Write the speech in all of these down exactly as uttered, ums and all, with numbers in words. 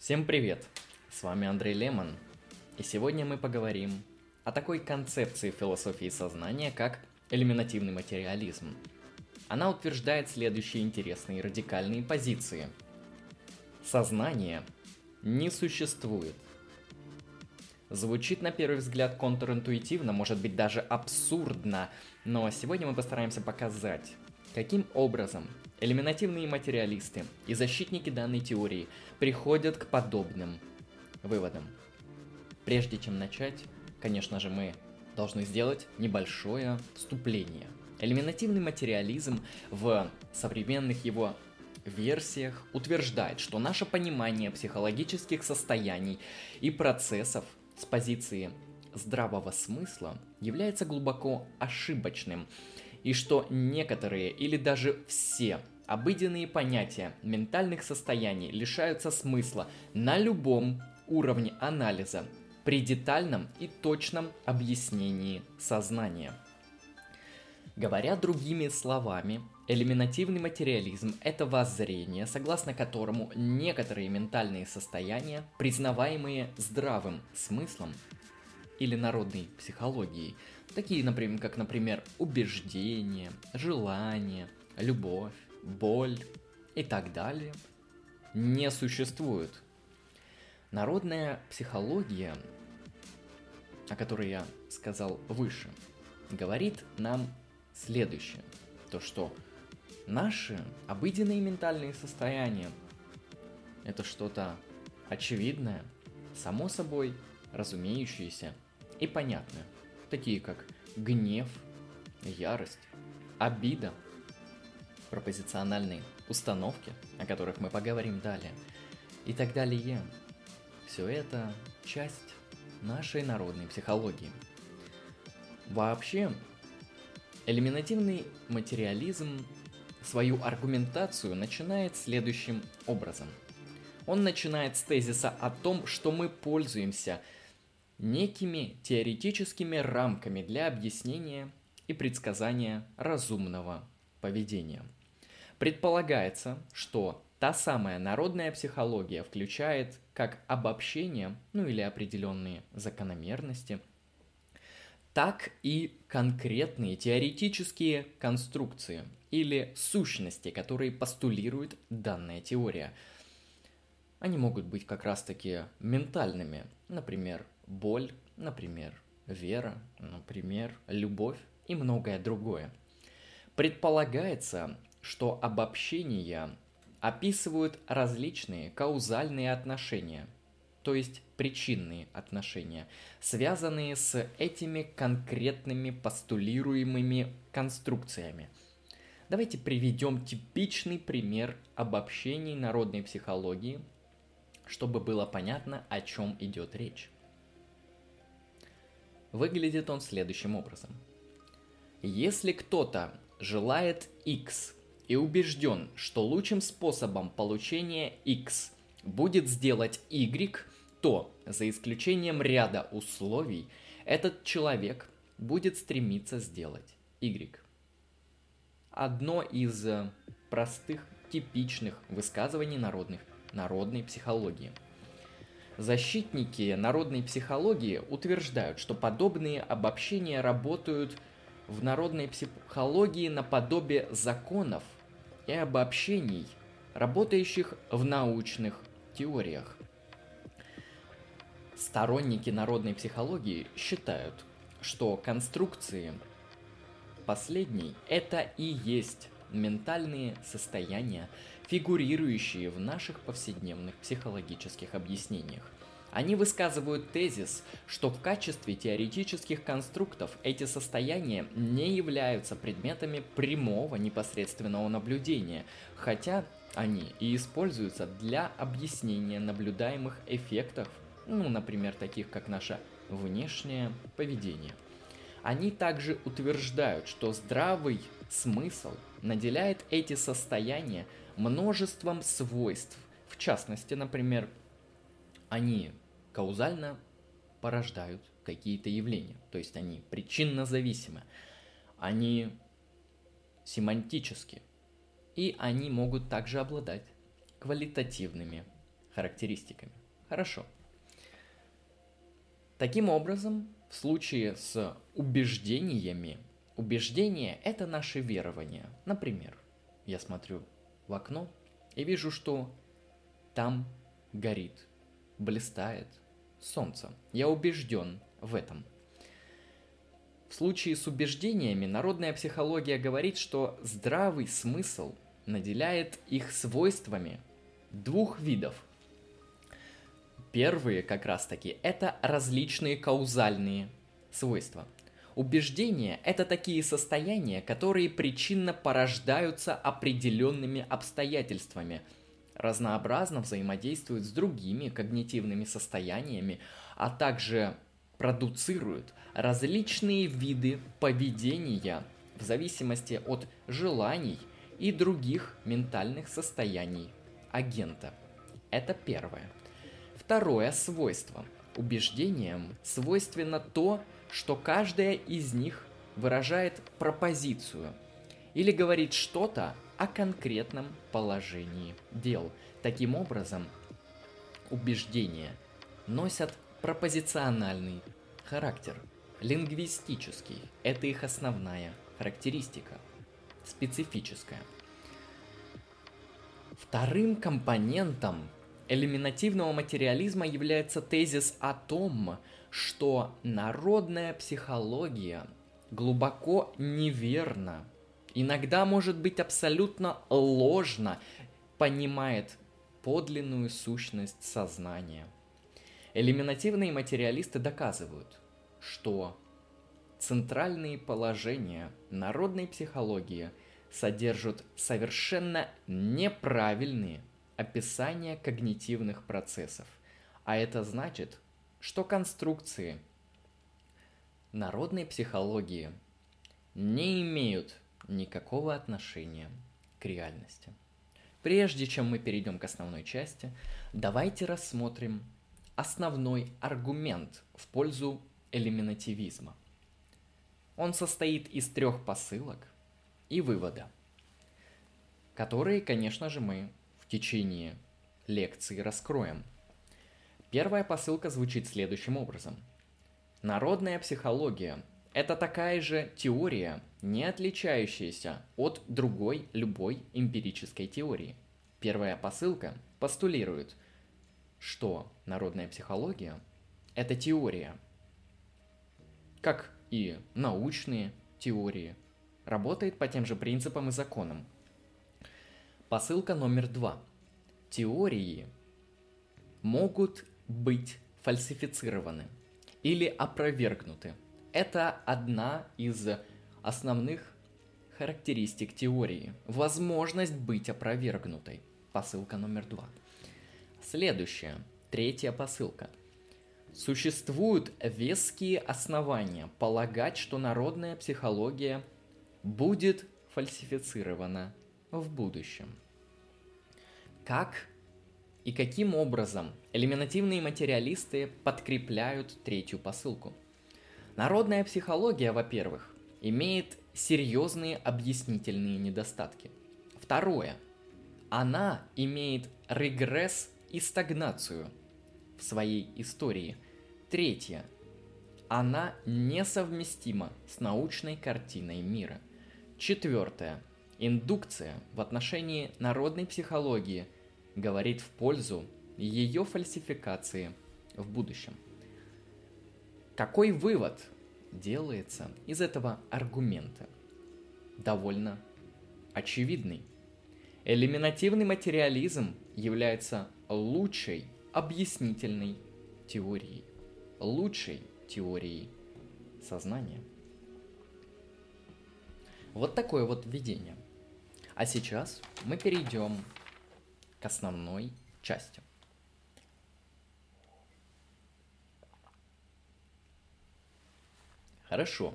Всем привет! С вами Андрей Лемон, и сегодня мы поговорим о такой концепции философии сознания, как элиминативный материализм. Она утверждает следующие интересные и радикальные позиции. Сознание не существует. Звучит на первый взгляд контринтуитивно, может быть даже абсурдно, но сегодня мы постараемся показать, каким образом элиминативные материалисты и защитники данной теории приходят к подобным выводам. Прежде чем начать, конечно же, мы должны сделать небольшое вступление. Элиминативный материализм в современных его версиях утверждает, что наше понимание психологических состояний и процессов с позиции здравого смысла является глубоко ошибочным, и что некоторые или даже все обыденные понятия ментальных состояний лишаются смысла на любом уровне анализа при детальном и точном объяснении сознания. Говоря другими словами, элиминативный материализм – это воззрение, согласно которому некоторые ментальные состояния, признаваемые здравым смыслом или народной психологией, такие, например, как, например, убеждение, желание, любовь, боль и так далее, не существуют. Народная психология, о которой я сказал выше, говорит нам следующее, то что наши обыденные ментальные состояния – это что-то очевидное, само собой разумеющееся и понятное, такие как гнев, ярость, обида, пропозициональные установки, о которых мы поговорим далее, и так далее. Все это часть нашей народной психологии. Вообще, элиминативный материализм свою аргументацию начинает следующим образом. Он начинает с тезиса о том, что мы пользуемся некими теоретическими рамками для объяснения и предсказания разумного поведения. Предполагается, что та самая народная психология включает как обобщение, ну или определенные закономерности, так и конкретные теоретические конструкции или сущности, которые постулирует данная теория. Они могут быть как раз-таки ментальными, например, боль, например, вера, например, любовь и многое другое. Предполагается, что обобщения описывают различные каузальные отношения, то есть причинные отношения, связанные с этими конкретными постулируемыми конструкциями. Давайте приведем типичный пример обобщений народной психологии, чтобы было понятно, о чем идет речь. Выглядит он следующим образом. Если кто-то желает X и убежден, что лучшим способом получения X будет сделать Y, то, за исключением ряда условий, этот человек будет стремиться сделать Y. Одно из простых, типичных высказываний народных, народной психологии. Защитники народной психологии утверждают, что подобные обобщения работают в народной психологии наподобие законов и обобщений, работающих в научных теориях. Сторонники народной психологии считают, что конструкции последней – это и есть ментальные состояния, фигурирующие в наших повседневных психологических объяснениях. Они высказывают тезис, что в качестве теоретических конструктов эти состояния не являются предметами прямого непосредственного наблюдения, хотя они и используются для объяснения наблюдаемых эффектов, ну, например, таких как наше внешнее поведение. Они также утверждают, что здравый смысл наделяет эти состояния множеством свойств. В частности, например, они каузально порождают какие-то явления, то есть они причинно-зависимы, они семантически, и они могут также обладать квалитативными характеристиками. Хорошо. Таким образом, в случае с убеждениями, убеждение – это наши верования. Например, я смотрю в окно и вижу, что там горит, блистает солнце. Я убежден в этом. В случае с убеждениями народная психология говорит, что здравый смысл наделяет их свойствами двух видов. Первые как раз таки это различные каузальные свойства. Убеждения – это такие состояния, которые причинно порождаются определенными обстоятельствами, разнообразно взаимодействуют с другими когнитивными состояниями, а также продуцируют различные виды поведения в зависимости от желаний и других ментальных состояний агента. Это первое. Второе свойство. Убеждениям свойственно то, что каждая из них выражает пропозицию или говорит что-то о конкретном положении дел. Таким образом, убеждения носят пропозициональный характер, лингвистический. Это их основная характеристика, специфическая. Вторым компонентом элиминативного материализма является тезис о том, что народная психология глубоко неверно, иногда может быть абсолютно ложно понимает подлинную сущность сознания. Элиминативные материалисты доказывают, что центральные положения народной психологии содержат совершенно неправильные описания когнитивных процессов, а это значит, что конструкции народной психологии не имеют никакого отношения к реальности. Прежде чем мы перейдем к основной части, давайте рассмотрим основной аргумент в пользу элиминативизма. Он состоит из трех посылок и вывода, которые, конечно же, мы в течение лекции раскроем. Первая посылка звучит следующим образом. Народная психология – это такая же теория, не отличающаяся от другой любой эмпирической теории. Первая посылка постулирует, что народная психология – это теория, как и научные теории, работает по тем же принципам и законам. Посылка номер два. Теории могут быть фальсифицированы или опровергнуты. Это одна из основных характеристик теории. Возможность быть опровергнутой. Посылка номер два. Следующая, третья посылка. Существуют веские основания полагать, что народная психология будет фальсифицирована в будущем. Как и каким образом элиминативные материалисты подкрепляют третью посылку? Народная психология, во-первых, имеет серьезные объяснительные недостатки. Второе. Она имеет регресс и стагнацию в своей истории. Третье. Она несовместима с научной картиной мира. Четвертое. Индукция в отношении народной психологии говорит в пользу ее фальсификации в будущем. Какой вывод делается из этого аргумента? Довольно очевидный. Элиминативный материализм является лучшей объяснительной теорией, лучшей теорией сознания. Вот такое вот введение. А сейчас мы перейдем к основной части. Хорошо.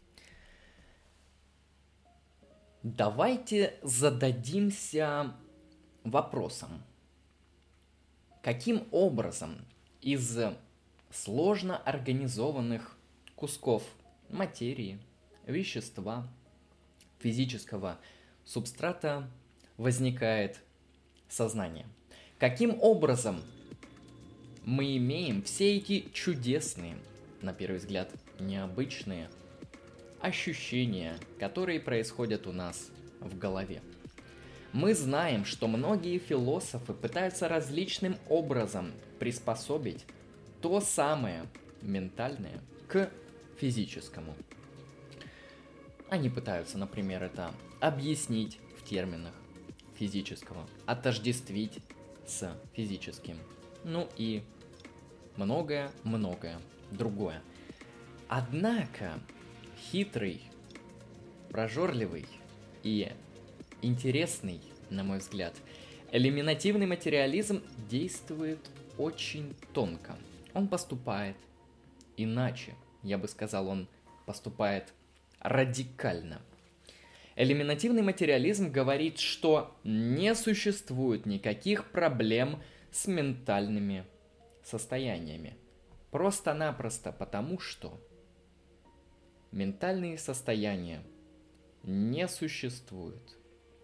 Давайте зададимся вопросом, каким образом из сложно организованных кусков материи, вещества, физического субстрата возникает сознание? Каким образом мы имеем все эти чудесные, на первый взгляд, необычные ощущения, которые происходят у нас в голове? Мы знаем, что многие философы пытаются различным образом приспособить то самое ментальное к физическому. Они пытаются, например, это объяснить в терминах физического, отождествить с физическим, ну и многое-многое другое. Однако хитрый, прожорливый и интересный, на мой взгляд, элиминативный материализм действует очень тонко. Он поступает иначе. Я бы сказал, он поступает радикально. Элиминативный материализм говорит, что не существует никаких проблем с ментальными состояниями. Просто-напросто потому, что ментальные состояния не существуют.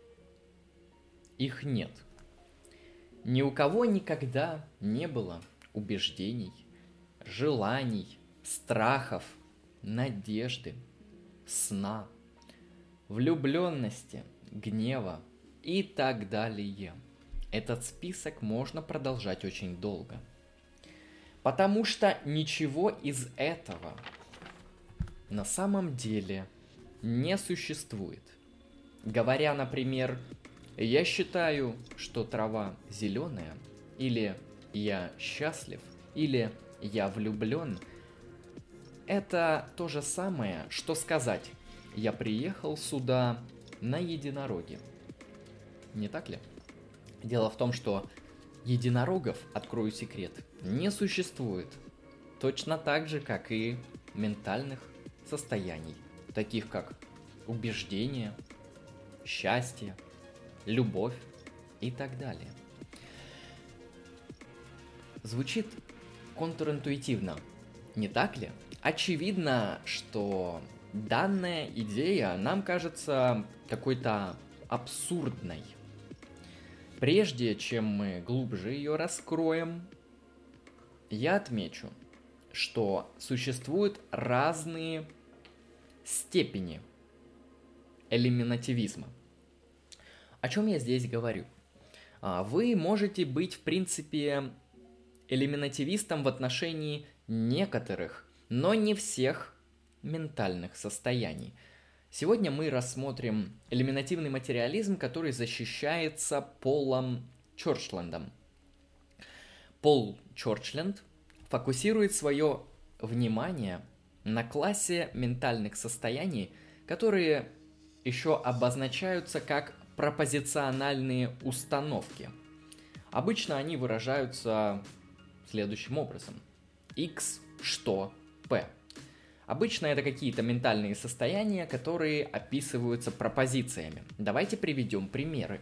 Их нет. Ни у кого никогда не было убеждений, желаний, страхов, надежды, сна, влюбленности, гнева и так далее. Этот список можно продолжать очень долго. Потому что ничего из этого на самом деле не существует. Говоря, например, «Я считаю, что трава зеленая», или «Я счастлив», или «Я влюблен», это то же самое, что сказать «Я приехал сюда на единороге». Не так ли? Дело в том, что единорогов, открою секрет, не существует. Точно так же, как и ментальных состояний, таких как убеждение, счастье, любовь и так далее. Звучит контринтуитивно, не так ли? Очевидно, что данная идея нам кажется какой-то абсурдной. Прежде чем мы глубже ее раскроем, я отмечу, что существуют разные степени элиминативизма. О чем я здесь говорю? Вы можете быть, в принципе, элиминативистом в отношении некоторых, но не всех ментальных состояний. Сегодня мы рассмотрим элиминативный материализм, который защищается Полом Чорчлендом. Пол Чорчленд фокусирует свое внимание на классе ментальных состояний, которые еще обозначаются как пропозициональные установки. Обычно они выражаются следующим образом. X, что, P. Обычно это какие-то ментальные состояния, которые описываются пропозициями. Давайте приведем примеры.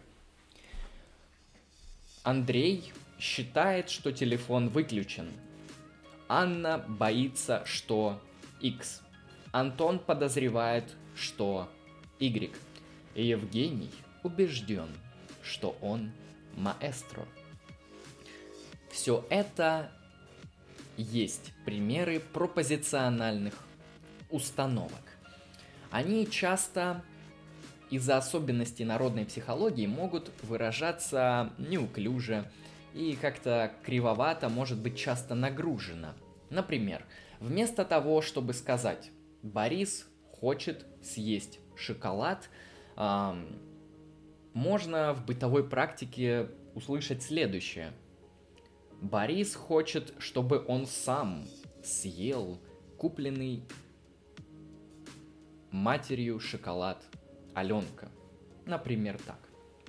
Андрей считает, что телефон выключен. Анна боится, что X. Антон подозревает, что Y. И Евгений убежден, что он маэстро. Все это есть примеры пропозициональных установок. Они часто из-за особенностей народной психологии могут выражаться неуклюже и как-то кривовато, может быть часто нагружено. Например, вместо того, чтобы сказать «Борис хочет съесть шоколад», эм, можно в бытовой практике услышать следующее. Борис хочет, чтобы он сам съел купленный матерью шоколад Аленка. Например, так.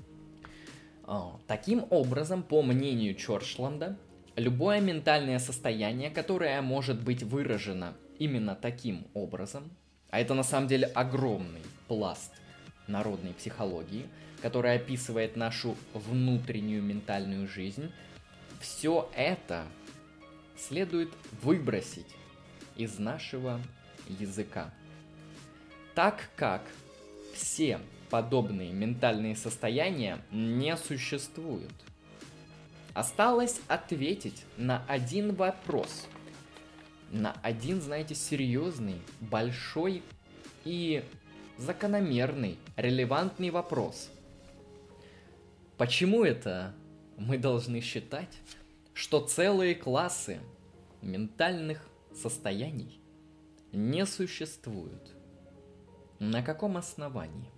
Таким образом, по мнению Чорчленда, любое ментальное состояние, которое может быть выражено именно таким образом, а это на самом деле огромный пласт народной психологии, который описывает нашу внутреннюю ментальную жизнь, все это следует выбросить из нашего языка. Так как все подобные ментальные состояния не существуют. Осталось ответить на один вопрос. На один, знаете, серьезный, большой и закономерный, релевантный вопрос. Почему это мы должны считать, что целые классы ментальных состояний не существуют? На каком основании?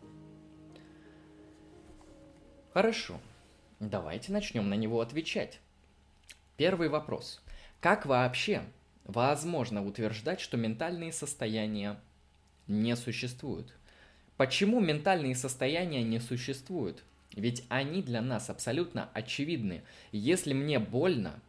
Хорошо, давайте начнем на него отвечать. Первый вопрос. Как вообще возможно утверждать, что ментальные состояния не существуют? Почему ментальные состояния не существуют? Ведь они для нас абсолютно очевидны. Если мне больно,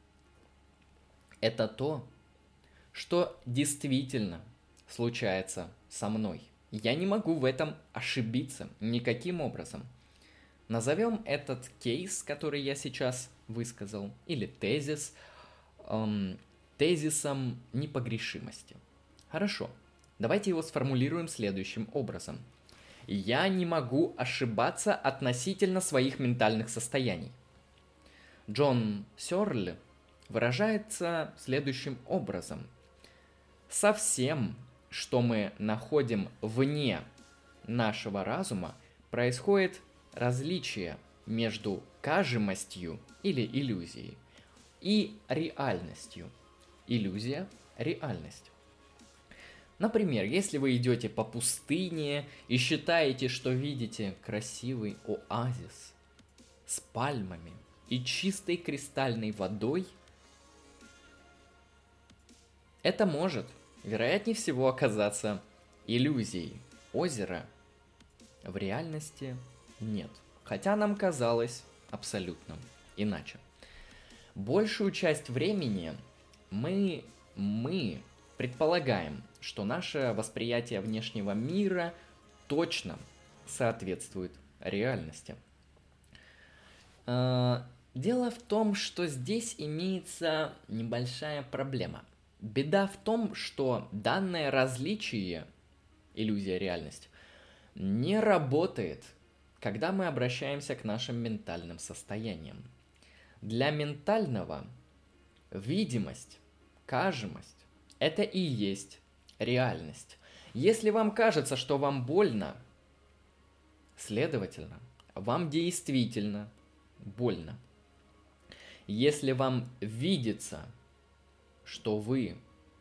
это то, что действительно случается со мной. Я не могу в этом ошибиться никаким образом. Назовем этот кейс, который я сейчас высказал, или тезис, эм, тезисом непогрешимости. Хорошо, давайте его сформулируем следующим образом. Я не могу ошибаться относительно своих ментальных состояний. Джон Сёрль выражается следующим образом. Со всем, что мы находим вне нашего разума, происходит различие между кажемостью или иллюзией и реальностью. Иллюзия – реальность. Например, если вы идете по пустыне и считаете, что видите красивый оазис с пальмами и чистой кристальной водой, это может, вероятнее всего, оказаться иллюзией. Озера в реальности нет, хотя нам казалось абсолютно иначе. Большую часть времени мы, мы предполагаем, что наше восприятие внешнего мира точно соответствует реальности. Дело в том, что здесь имеется небольшая проблема. Беда в том, что данное различие, иллюзия реальность, не работает, когда мы обращаемся к нашим ментальным состояниям. Для ментального видимость, кажемость – это и есть реальность. Если вам кажется, что вам больно, следовательно, вам действительно больно. Если вам видится, что вы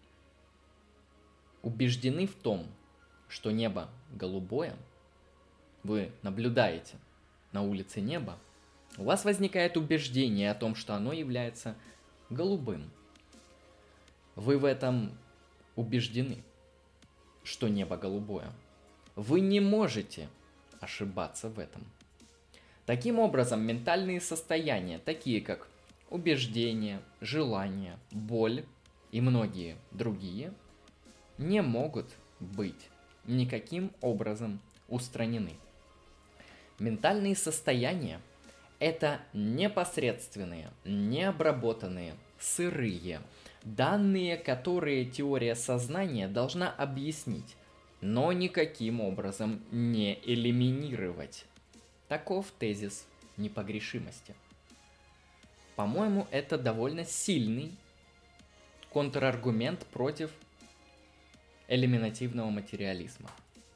убеждены в том, что небо голубое, вы наблюдаете на улице небо, у вас возникает убеждение о том, что оно является голубым. Вы в этом убеждены, что небо голубое. Вы не можете ошибаться в этом. Таким образом, ментальные состояния, такие как убеждение, желание, боль и многие другие, не могут быть никаким образом устранены. Ментальные состояния – это непосредственные, необработанные, сырые данные, которые теория сознания должна объяснить, но никаким образом не элиминировать. Таков тезис непогрешимости. По-моему, это довольно сильный контраргумент против элиминативного материализма.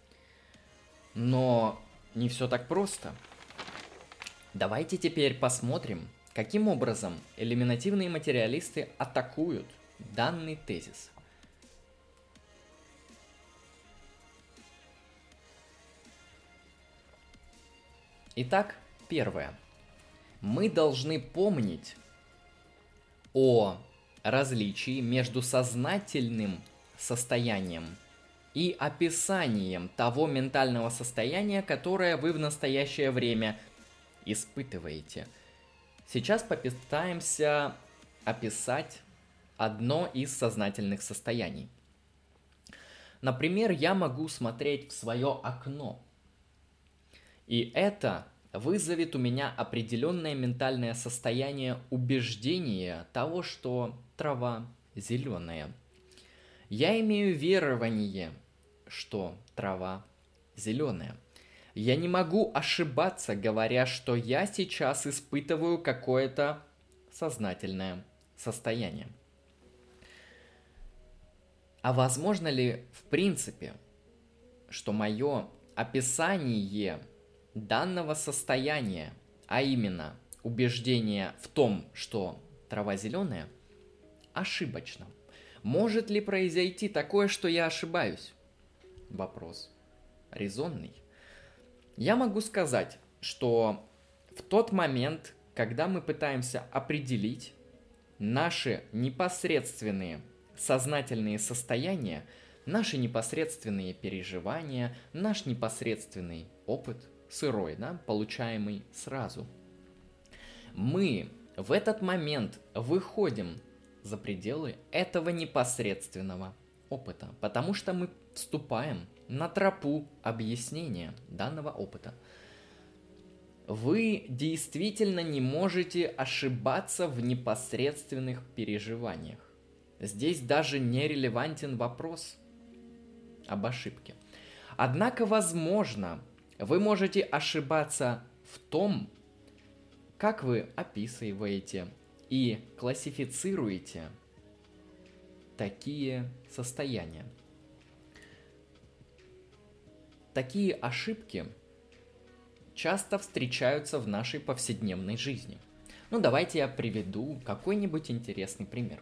Но не все так просто. Давайте теперь посмотрим, каким образом элиминативные материалисты атакуют данный тезис. Итак, первое. Мы должны помнить о различии между сознательным состоянием и описанием того ментального состояния, которое вы в настоящее время испытываете. Сейчас попытаемся описать одно из сознательных состояний. Например, я могу смотреть в свое окно, и это вызовет у меня определенное ментальное состояние убеждения того, что трава зеленая. Я имею верование, что трава зеленая. Я не могу ошибаться, говоря, что я сейчас испытываю какое-то сознательное состояние. А возможно ли, в принципе, что мое описание данного состояния, а именно убеждение в том, что трава зеленая, ошибочно? Может ли произойти такое, что я ошибаюсь? Вопрос резонный. Я могу сказать, что в тот момент, когда мы пытаемся определить наши непосредственные сознательные состояния, наши непосредственные переживания, наш непосредственный опыт, сырой, да, получаемый сразу, мы в этот момент выходим за пределы этого непосредственного опыта, потому что мы вступаем на тропу объяснения данного опыта. Вы действительно не можете ошибаться в непосредственных переживаниях. Здесь даже не релевантен вопрос об ошибке. Однако, возможно, вы можете ошибаться в том, как вы описываете и классифицируете такие состояния. Такие ошибки часто встречаются в нашей повседневной жизни. Ну, давайте я приведу какой-нибудь интересный пример.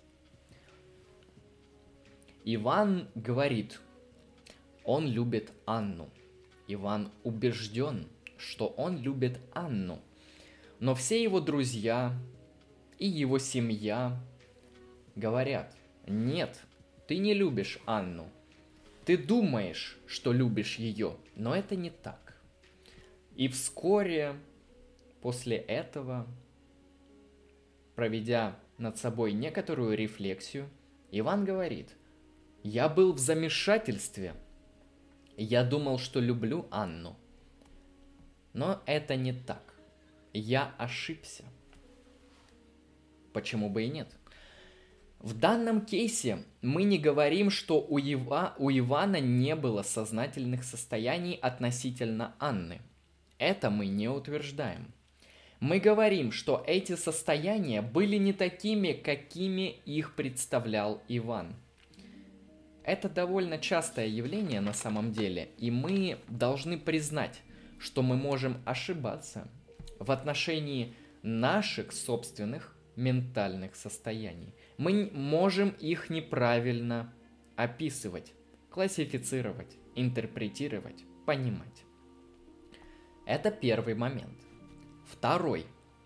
Иван говорит, он любит Анну. Иван убежден, что он любит Анну. Но все его друзья и его семья говорят, нет, ты не любишь Анну. Ты думаешь, что любишь ее, но это не так. И вскоре после этого, проведя над собой некоторую рефлексию, Иван говорит, я был в замешательстве. Я думал, что люблю Анну. Но это не так. Я ошибся. Почему бы и нет? В данном кейсе мы не говорим, что у, Ива, у Ивана не было сознательных состояний относительно Анны. Это мы не утверждаем. Мы говорим, что эти состояния были не такими, какими их представлял Иван. Это довольно частое явление на самом деле, и мы должны признать, что мы можем ошибаться в отношении наших собственных ментальных состояний. Мы можем их неправильно описывать, классифицировать, интерпретировать, понимать. Это первый момент. Второй.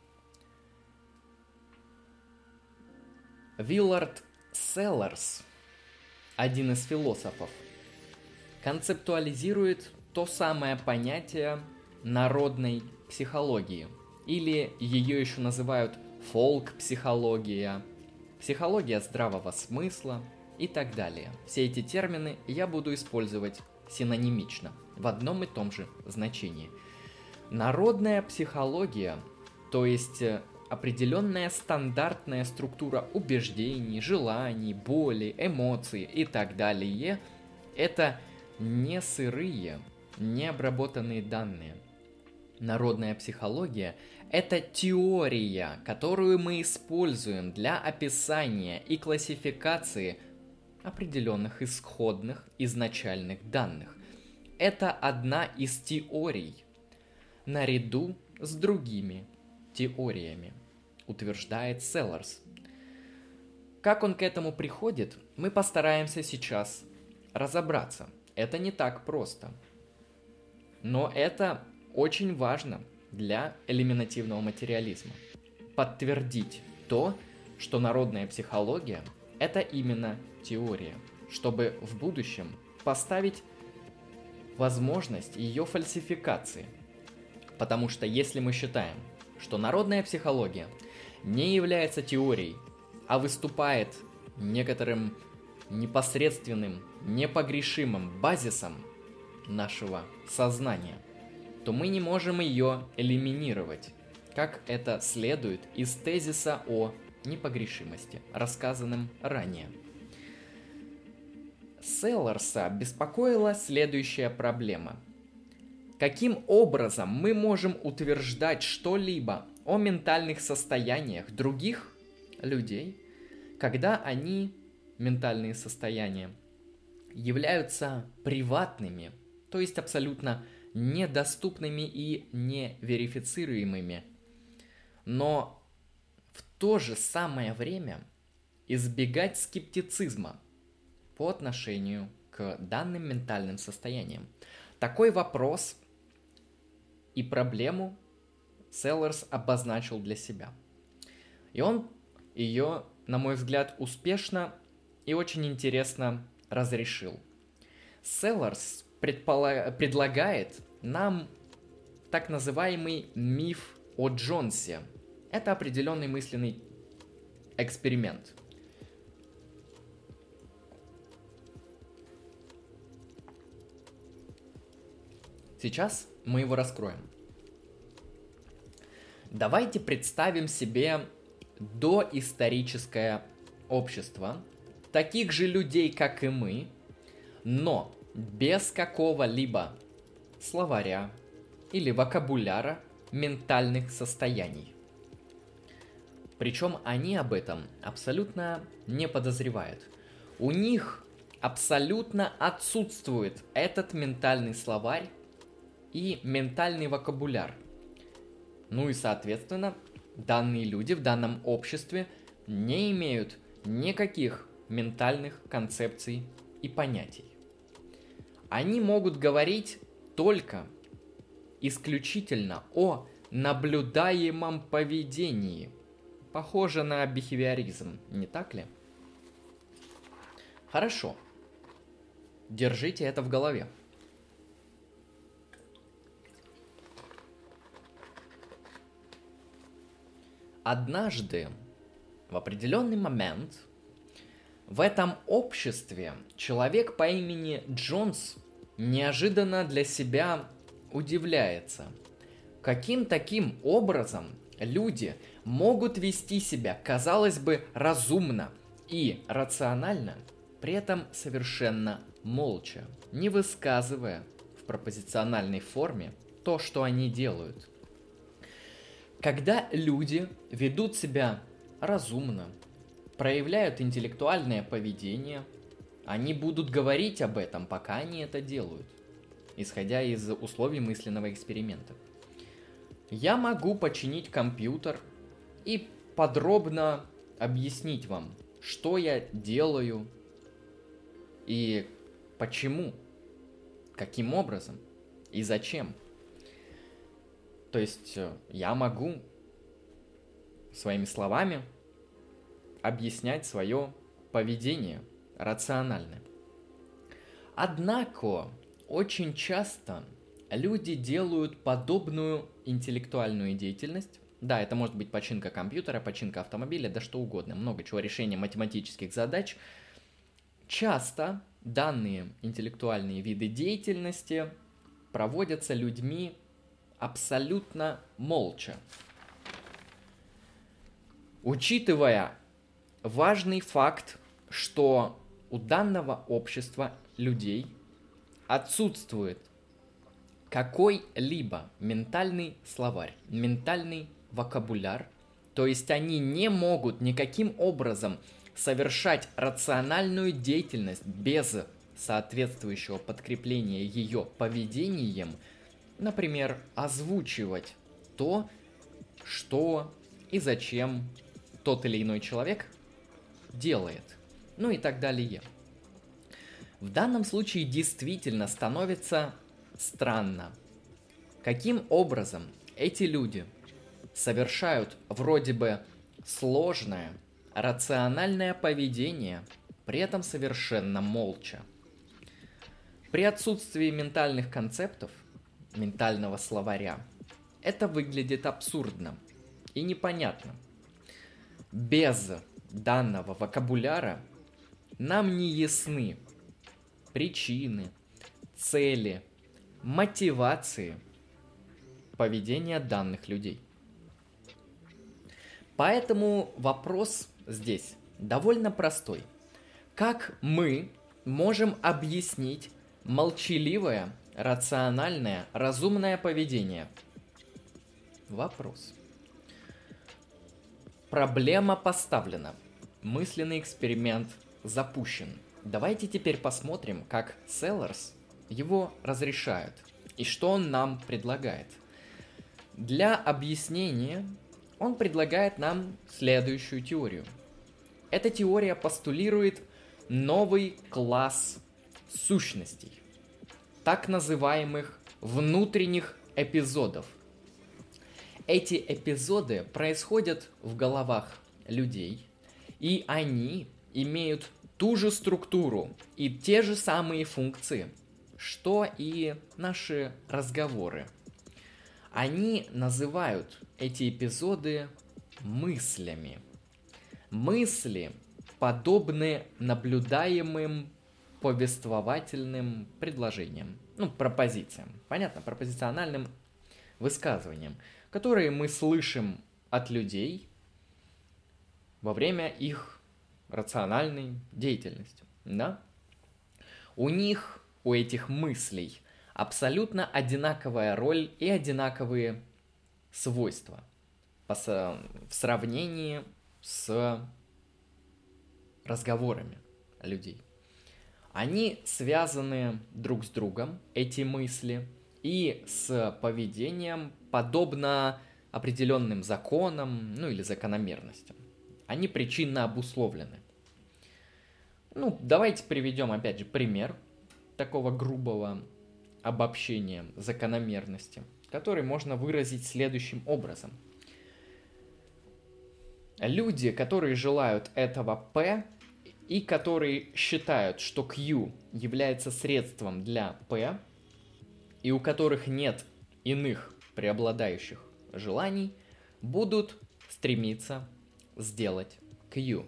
Виллард Селлерс, один из философов, концептуализирует то самое понятие народной психологии, или ее еще называют фолк-психология, психология здравого смысла и так далее. Все эти термины я буду использовать синонимично, в одном и том же значении. Народная психология, то есть определенная стандартная структура убеждений, желаний, боли, эмоций и так далее, это не сырые, не обработанные данные. Народная психология – это теория, которую мы используем для описания и классификации определенных исходных изначальных данных. Это одна из теорий, наряду с другими теориями, утверждает Селлерс. Как он к этому приходит, мы постараемся сейчас разобраться. Это не так просто. Но это очень важно для элиминативного материализма. Подтвердить то, что народная психология – это именно теория, чтобы в будущем поставить возможность ее фальсификации. Потому что если мы считаем, что народная психология не является теорией, а выступает некоторым непосредственным, непогрешимым базисом нашего сознания, то мы не можем ее элиминировать, как это следует из тезиса о непогрешимости, рассказанным ранее. Селлерса беспокоила следующая проблема. Каким образом мы можем утверждать что-либо о ментальных состояниях других людей, когда они, ментальные состояния, являются приватными, то есть абсолютно недоступными и неверифицируемыми, но в то же самое время избегать скептицизма по отношению к данным ментальным состояниям. Такой вопрос и проблему Селлерс обозначил для себя. И он ее, на мой взгляд, успешно и очень интересно разрешил. Селлерс предпола- предлагает нам так называемый миф о Джонсе. Это определенный мысленный эксперимент. Сейчас мы его раскроем. Давайте представим себе доисторическое общество, таких же людей, как и мы, но без какого-либо словаря или вокабуляра ментальных состояний. Причем они об этом абсолютно не подозревают. У них абсолютно отсутствует этот ментальный словарь и ментальный вокабуляр. Ну и, соответственно, данные люди в данном обществе не имеют никаких ментальных концепций и понятий. Они могут говорить только исключительно о наблюдаемом поведении. Похоже на бихевиоризм, не так ли? Хорошо. Держите это в голове. Однажды, в определенный момент, в этом обществе человек по имени Джонс неожиданно для себя удивляется, каким таким образом люди могут вести себя, казалось бы, разумно и рационально, при этом совершенно молча, не высказывая в пропозициональной форме то, что они делают. Когда люди ведут себя разумно, проявляют интеллектуальное поведение, они будут говорить об этом, пока они это делают, исходя из условий мысленного эксперимента. Я могу починить компьютер и подробно объяснить вам, что я делаю и почему, каким образом и зачем. То есть я могу своими словами объяснять свое поведение рационально. Однако очень часто люди делают подобную интеллектуальную деятельность. Да, это может быть починка компьютера, починка автомобиля, да что угодно, много чего, решение математических задач. Часто данные интеллектуальные виды деятельности проводятся людьми абсолютно молча. Учитывая важный факт, что у данного общества людей отсутствует какой-либо ментальный словарь, ментальный вокабуляр, то есть они не могут никаким образом совершать рациональную деятельность без соответствующего подкрепления ее поведением, например, озвучивать то, что и зачем тот или иной человек делает, ну и так далее. В данном случае действительно становится странно, каким образом эти люди совершают вроде бы сложное, рациональное поведение, при этом совершенно молча. При отсутствии ментальных концептов, ментального словаря, это выглядит абсурдно и непонятно. Без данного вокабуляра нам не ясны причины, цели, мотивации поведения данных людей. Поэтому вопрос здесь довольно простой. Как мы можем объяснить молчаливое, рациональное, разумное поведение? Вопрос. Проблема поставлена. Мысленный эксперимент запущен. Давайте теперь посмотрим, как Селлерс его разрешают и что он нам предлагает. Для объяснения он предлагает нам следующую теорию. Эта теория постулирует новый класс сущностей, так называемых внутренних эпизодов. Эти эпизоды происходят в головах людей, и они имеют ту же структуру и те же самые функции, что и наши разговоры. Они называют эти эпизоды мыслями. Мысли подобны наблюдаемым повествовательным предложениям, ну, пропозициям, понятно, пропозициональным высказываниям, которые мы слышим от людей во время их рациональной деятельности, да? У них, у этих мыслей, абсолютно одинаковая роль и одинаковые свойства в сравнении с разговорами людей. Они связаны друг с другом, эти мысли, и с поведением, подобно определенным законам, ну или закономерностям. Они причинно обусловлены. Ну, давайте приведем, опять же, пример такого грубого обобщения закономерности, который можно выразить следующим образом. Люди, которые желают этого P и которые считают, что Q является средством для P, и у которых нет иных преобладающих желаний, будут стремиться сделать Q.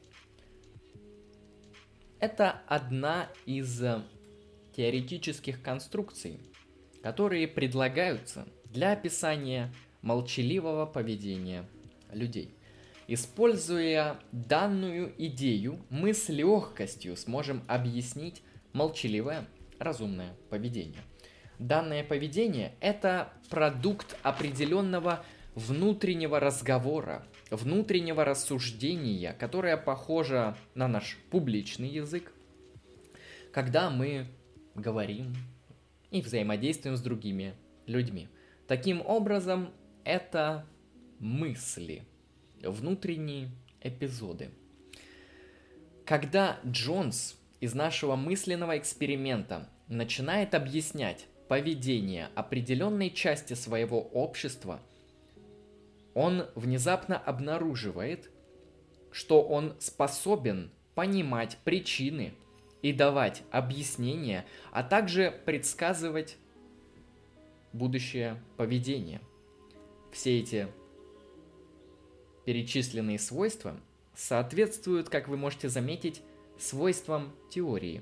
Это одна из теоретических конструкций, которые предлагаются для описания молчаливого поведения людей. Используя данную идею, мы с легкостью сможем объяснить молчаливое разумное поведение. Данное поведение – это продукт определенного внутреннего разговора, внутреннего рассуждения, которое похоже на наш публичный язык, когда мы говорим и взаимодействуем с другими людьми. Таким образом, это мысли, внутренние эпизоды. Когда Джонс из нашего мысленного эксперимента начинает объяснять поведение определенной части своего общества, он внезапно обнаруживает, что он способен понимать причины и давать объяснения, а также предсказывать будущее поведение. Все эти перечисленные свойства соответствуют, как вы можете заметить, свойствам теории.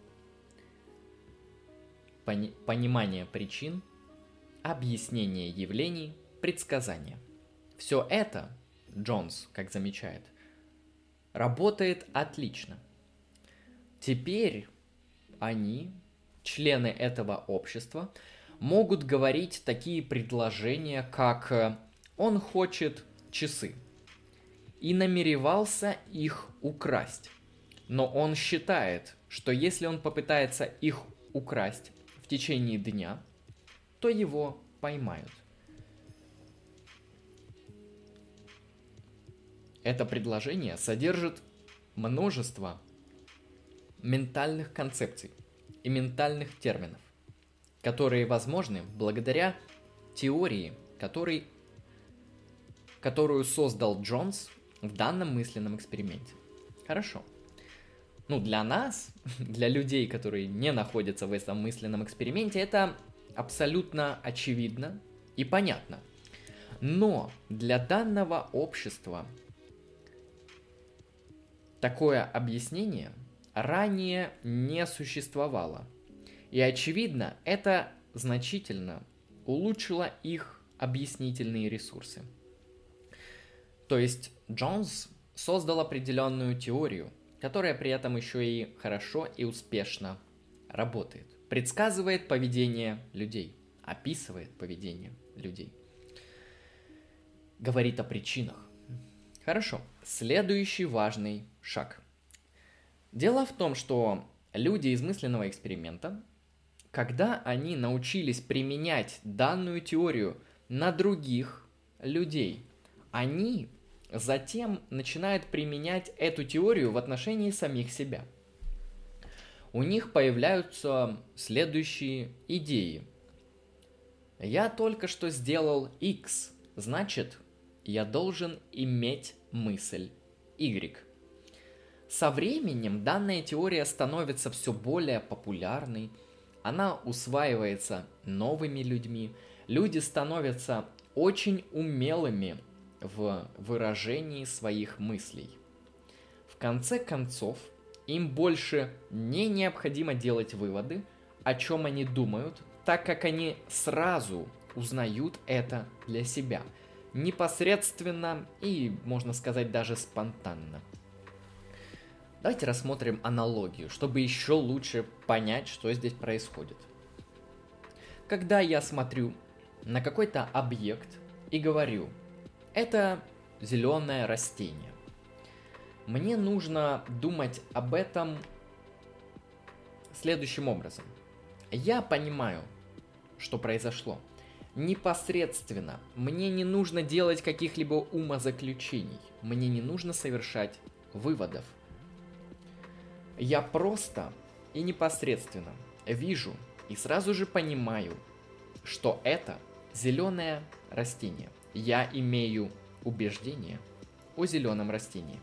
Пони- понимание причин, объяснение явлений, предсказания. Все это, Джонс, как замечает, работает отлично. Теперь они, члены этого общества, могут говорить такие предложения, как «он хочет часы» и намеревался их украсть. Но он считает, что если он попытается их украсть в течение дня, то его поймают. Это предложение содержит множество ментальных концепций и ментальных терминов, которые возможны благодаря теории, который, которую создал Джонс в данном мысленном эксперименте. Хорошо. Ну, для нас, для людей, которые не находятся в этом мысленном эксперименте, это абсолютно очевидно и понятно. Но для данного общества такое объяснение ранее не существовало. И очевидно, это значительно улучшило их объяснительные ресурсы. То есть Джонс создал определенную теорию, которая при этом еще и хорошо и успешно работает. Предсказывает поведение людей, описывает поведение людей. Говорит о причинах. Хорошо. Следующий важный шаг. Дело в том, что люди из мысленного эксперимента, когда они научились применять данную теорию на других людей, они затем начинают применять эту теорию в отношении самих себя. У них появляются следующие идеи. Я только что сделал X, значит, я должен иметь мысль Y. Со временем данная теория становится все более популярной, она усваивается новыми людьми, люди становятся очень умелыми в выражении своих мыслей. В конце концов, им больше не необходимо делать выводы, о чем они думают, так как они сразу узнают это для себя, непосредственно и, можно сказать, даже спонтанно. Давайте рассмотрим аналогию, чтобы еще лучше понять, что здесь происходит. Когда я смотрю на какой-то объект и говорю, это зеленое растение, мне нужно думать об этом следующим образом. Я понимаю, что произошло. Непосредственно мне не нужно делать каких-либо умозаключений, мне не нужно совершать выводов. Я просто и непосредственно вижу и сразу же понимаю, что это зеленое растение. Я имею убеждение о зеленом растении.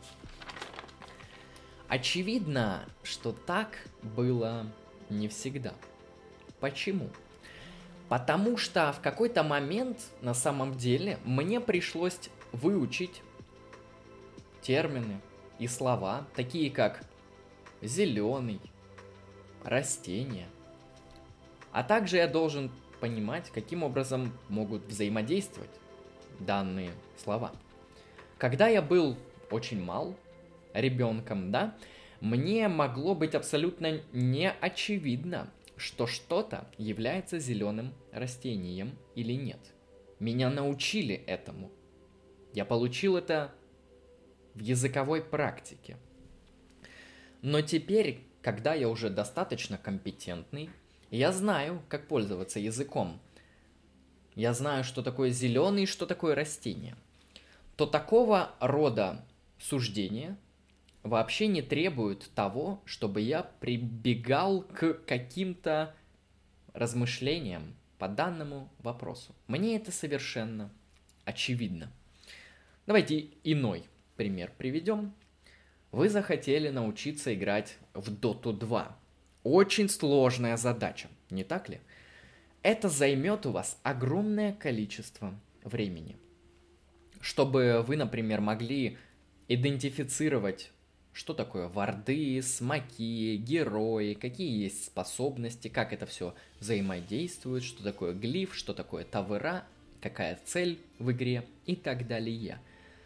Очевидно, что так было не всегда. Почему? Потому что в какой-то момент на самом деле мне пришлось выучить термины и слова, такие как зеленый, растение. А также я должен понимать, каким образом могут взаимодействовать данные слова. Когда я был очень мал, ребенком, да, мне могло быть абсолютно не очевидно, что что-то является зеленым растением или нет. Меня научили этому. Я получил это в языковой практике. Но теперь, когда я уже достаточно компетентный, я знаю, как пользоваться языком. Я знаю, что такое зеленый и что такое растение. То такого рода суждения вообще не требуют того, чтобы я прибегал к каким-то размышлениям по данному вопросу. Мне это совершенно очевидно. Давайте иной пример приведем. Вы захотели научиться играть в доту два. Очень сложная задача, не так ли? Это займет у вас огромное количество времени. Чтобы вы, например, могли идентифицировать, что такое варды, смоки, герои, какие есть способности, как это все взаимодействует, что такое глиф, что такое тавера, какая цель в игре и так далее.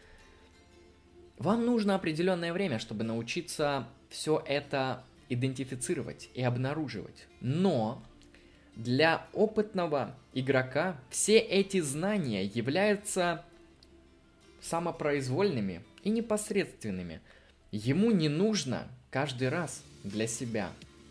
Вам нужно определенное время, чтобы научиться все это идентифицировать и обнаруживать. Но для опытного игрока все эти знания являются самопроизвольными и непосредственными. Ему не нужно каждый раз для себя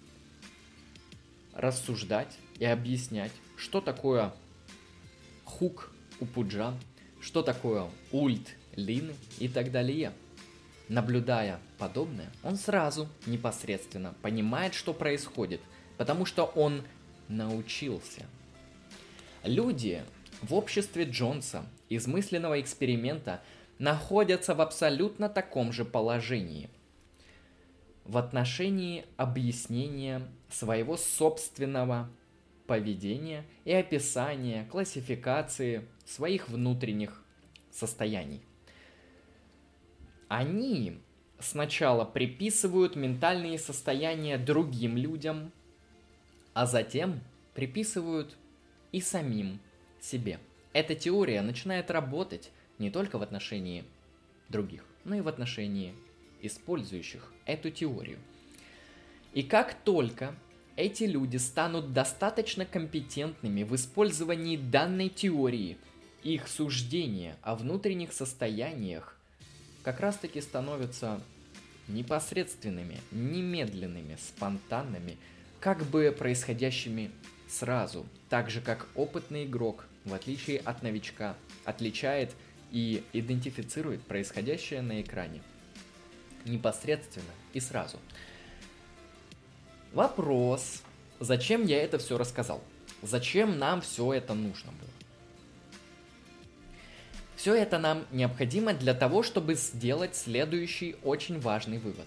рассуждать и объяснять, что такое хук у Пуджа, что такое ульт Лины и так далее. Наблюдая подобное, он сразу непосредственно понимает, что происходит, потому что он научился. Люди в обществе Джонса из мысленного эксперимента находятся в абсолютно таком же положении в отношении объяснения своего собственного поведения и описания, классификации своих внутренних состояний. Они сначала приписывают ментальные состояния другим людям, а затем приписывают и самим себе. Эта теория начинает работать не только в отношении других, но и в отношении использующих эту теорию. И как только эти люди станут достаточно компетентными в использовании данной теории, их суждения о внутренних состояниях как раз-таки становятся непосредственными, немедленными, спонтанными, как бы происходящими сразу, так же как опытный игрок, в отличие от новичка, отличает и идентифицирует происходящее на экране непосредственно и сразу. Вопрос, зачем я это все рассказал? Зачем нам все это нужно было? Все это нам необходимо для того, чтобы сделать следующий очень важный вывод.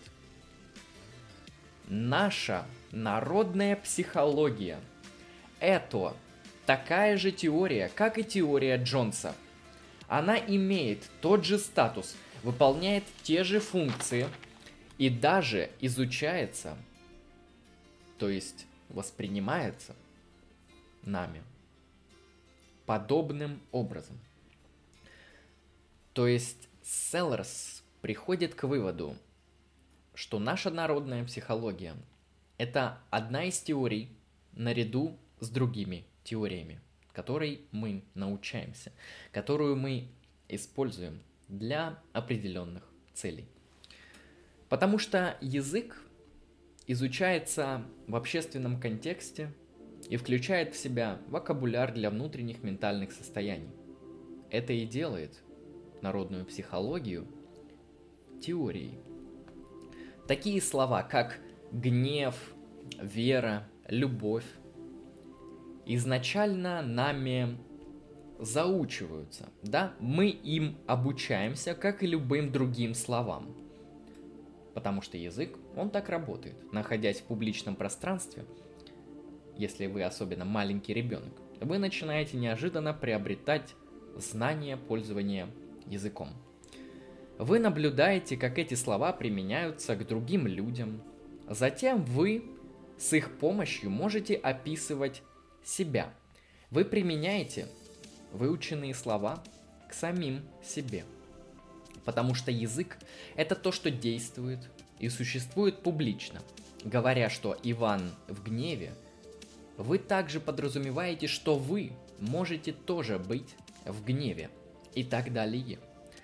Наша народная психология – это такая же теория, как и теория Джонса. Она имеет тот же статус, выполняет те же функции и даже изучается, то есть воспринимается нами подобным образом. То есть Селлерс приходит к выводу, что наша народная психология – это одна из теорий наряду с другими теориями, которой мы научаемся, которую мы используем для определенных целей. Потому что язык изучается в общественном контексте и включает в себя вокабуляр для внутренних ментальных состояний. Это и делает народную психологию теорией. Такие слова, как гнев, вера, любовь, изначально нами заучиваются, да? Мы им обучаемся, как и любым другим словам. Потому что язык, он так работает. Находясь в публичном пространстве, если вы особенно маленький ребенок, вы начинаете неожиданно приобретать знания пользования языком. Вы наблюдаете, как эти слова применяются к другим людям. Затем вы с их помощью можете описывать себя. Вы применяете выученные слова к самим себе. Потому что язык – это то, что действует и существует публично. Говоря, что Иван в гневе, вы также подразумеваете, что вы можете тоже быть в гневе и так далее.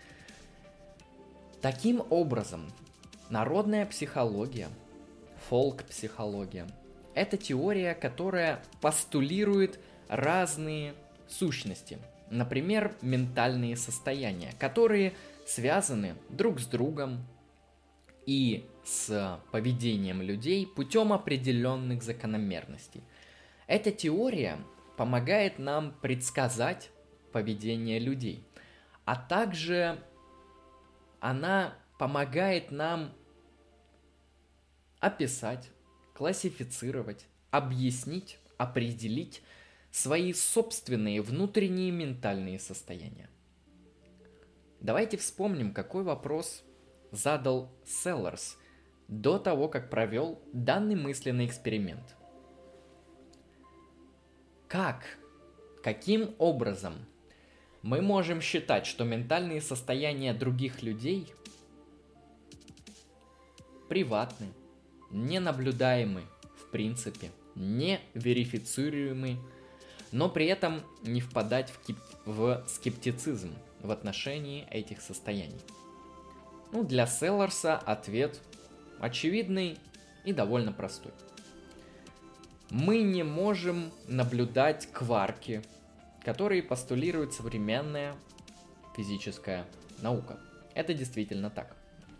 Таким образом, народная психология, фолк-психология – это теория, которая постулирует разные сущности, например, ментальные состояния, которые связаны друг с другом и с поведением людей путем определенных закономерностей. Эта теория помогает нам предсказать поведение людей, а также она помогает нам описать, классифицировать, объяснить, определить свои собственные внутренние ментальные состояния. Давайте вспомним, какой вопрос задал Селлерс до того, как провел данный мысленный эксперимент. Как, каким образом мы можем считать, что ментальные состояния других людей приватны, ненаблюдаемы в принципе, не верифицируемы, но при этом не впадать в, кип- в скептицизм в отношении этих состояний? Ну, для Селлерса ответ очевидный и довольно простой. Мы не можем наблюдать кварки, которые постулирует современная физическая наука. Это действительно так.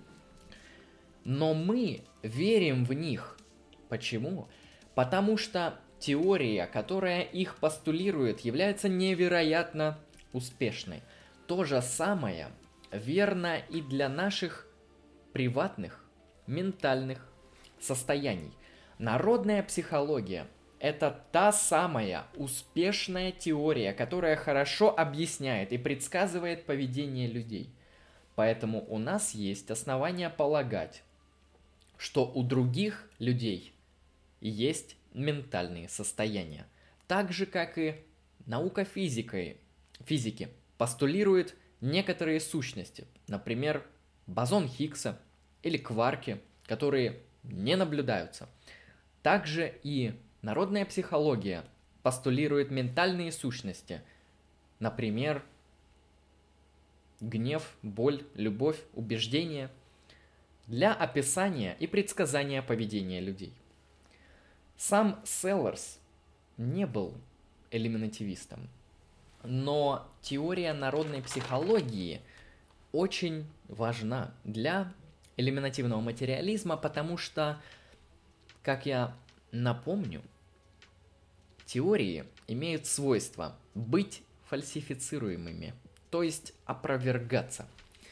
Но мы верим в них. Почему? Потому что теория, которая их постулирует, является невероятно успешной. То же самое верно и для наших приватных ментальных состояний. Народная психология – это та самая успешная теория, которая хорошо объясняет и предсказывает поведение людей. Поэтому у нас есть основания полагать, что у других людей есть ментальные состояния. Так же, как и наука физики, физики постулирует некоторые сущности, например, бозон Хиггса или кварки, которые не наблюдаются. Также и народная психология постулирует ментальные сущности, например, гнев, боль, любовь, убеждение для описания и предсказания поведения людей. Сам Селлерс не был элиминативистом, но теория народной психологии очень важна для элиминативного материализма, потому что, как я напомню, теории имеют свойство быть фальсифицируемыми, то есть опровергаться.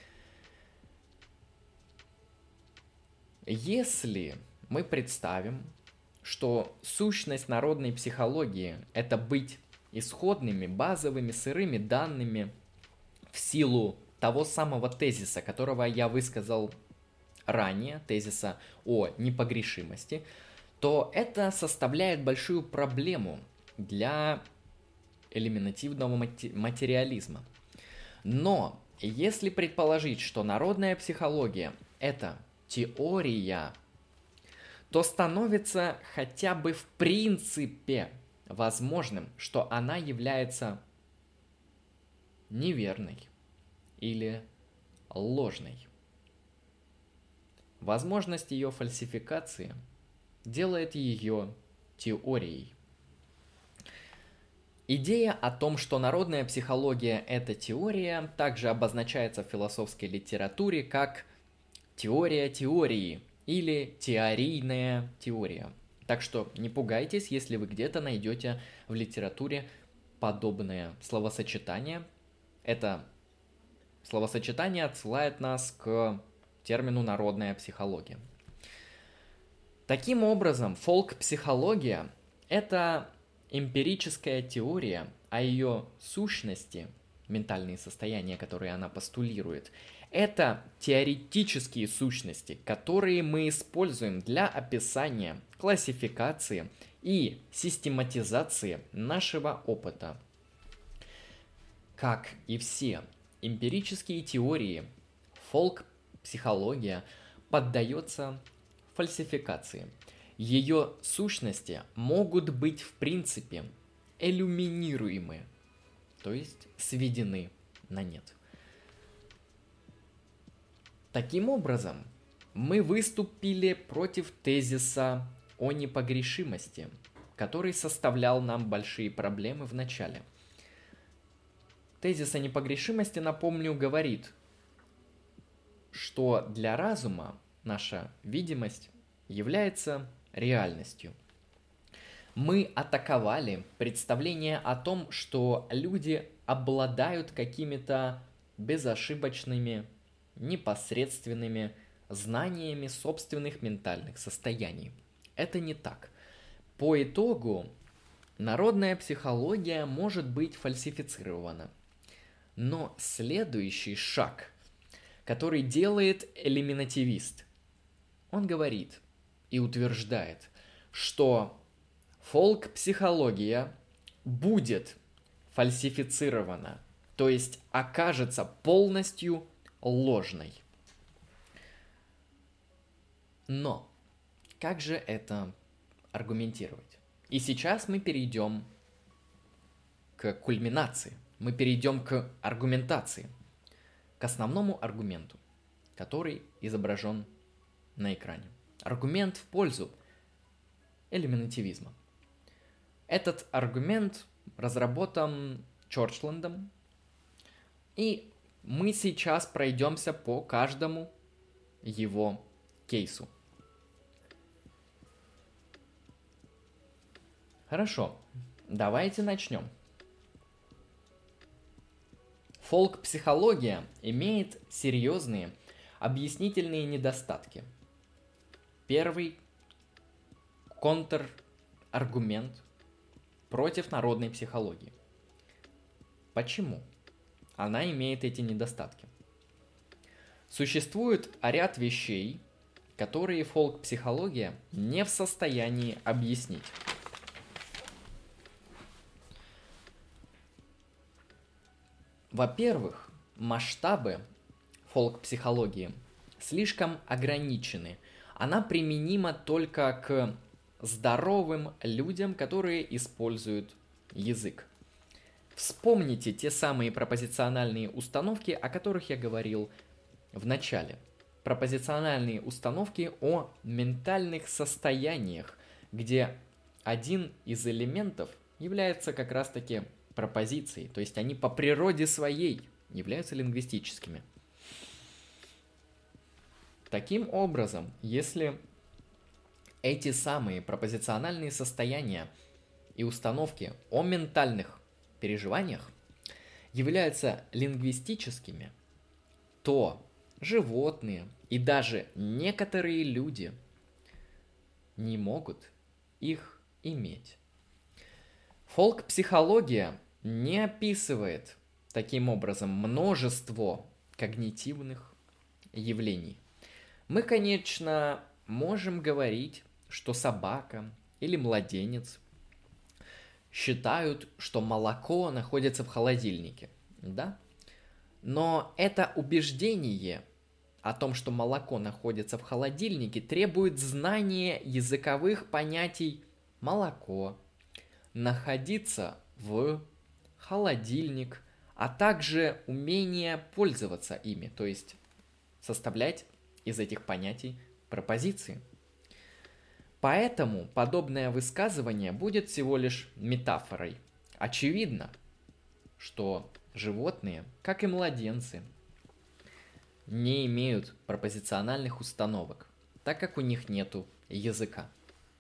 Если мы представим, что сущность народной психологии – это быть исходными, базовыми, сырыми данными в силу того самого тезиса, которого я высказал ранее, тезиса о непогрешимости, то это составляет большую проблему для элиминативного материализма. Но если предположить, что народная психология – это теория, то становится хотя бы в принципе возможным, что она является неверной или ложной. Возможность ее фальсификации делает ее теорией. Идея о том, что народная психология – это теория, также обозначается в философской литературе как теория теории или теорийная теория. Так что не пугайтесь, если вы где-то найдете в литературе подобное словосочетание. Это словосочетание отсылает нас к термину «народная психология». Таким образом, фолк-психология – это эмпирическая теория о ее сущности, ментальные состояния, которые она постулирует. Это теоретические сущности, которые мы используем для описания, классификации и систематизации нашего опыта. Как и все эмпирические теории, фолк-психология поддается фальсификации. Ее сущности могут быть в принципе иллюминируемы, то есть сведены на нет. Таким образом, мы выступили против тезиса о непогрешимости, который составлял нам большие проблемы в начале. Тезис о непогрешимости, напомню, говорит, что для разума наша видимость является реальностью. Мы атаковали представление о том, что люди обладают какими-то безошибочными, непосредственными знаниями собственных ментальных состояний. Это не так. По итогу, народная психология может быть фальсифицирована. Но следующий шаг, который делает элиминативист, он говорит и утверждает, что фолк-психология будет фальсифицирована, то есть окажется полностью ложной. Но как же это аргументировать? И сейчас мы перейдем к кульминации, мы перейдем к аргументации, к основному аргументу, который изображен на экране. Аргумент в пользу элиминативизма. Этот аргумент разработан Чорчлендом, и мы сейчас пройдемся по каждому его кейсу. Хорошо, давайте начнем. Фолк-психология имеет серьезные объяснительные недостатки. Первый контраргумент против народной психологии. Почему она имеет эти недостатки? Существует ряд вещей, которые фолк-психология не в состоянии объяснить. Во-первых, масштабы фолк-психологии слишком ограничены. Она применима только к здоровым людям, которые используют язык. Вспомните те самые пропозициональные установки, о которых я говорил в начале. Пропозициональные установки о ментальных состояниях, где один из элементов является как раз-таки пропозицией, то есть они по природе своей являются лингвистическими. Таким образом, если эти самые пропозициональные состояния и установки о ментальных переживаниях являются лингвистическими, то животные и даже некоторые люди не могут их иметь. Фолк-психология не описывает таким образом множество когнитивных явлений. Мы, конечно, можем говорить, что собака или младенец считают, что молоко находится в холодильнике, да? Но это убеждение о том, что молоко находится в холодильнике, требует знания языковых понятий молоко, находиться в холодильник, а также умение пользоваться ими, то есть составлять из этих понятий пропозиции. Поэтому подобное высказывание будет всего лишь метафорой. Очевидно, что животные, как и младенцы, не имеют пропозициональных установок, так как у них нету языка.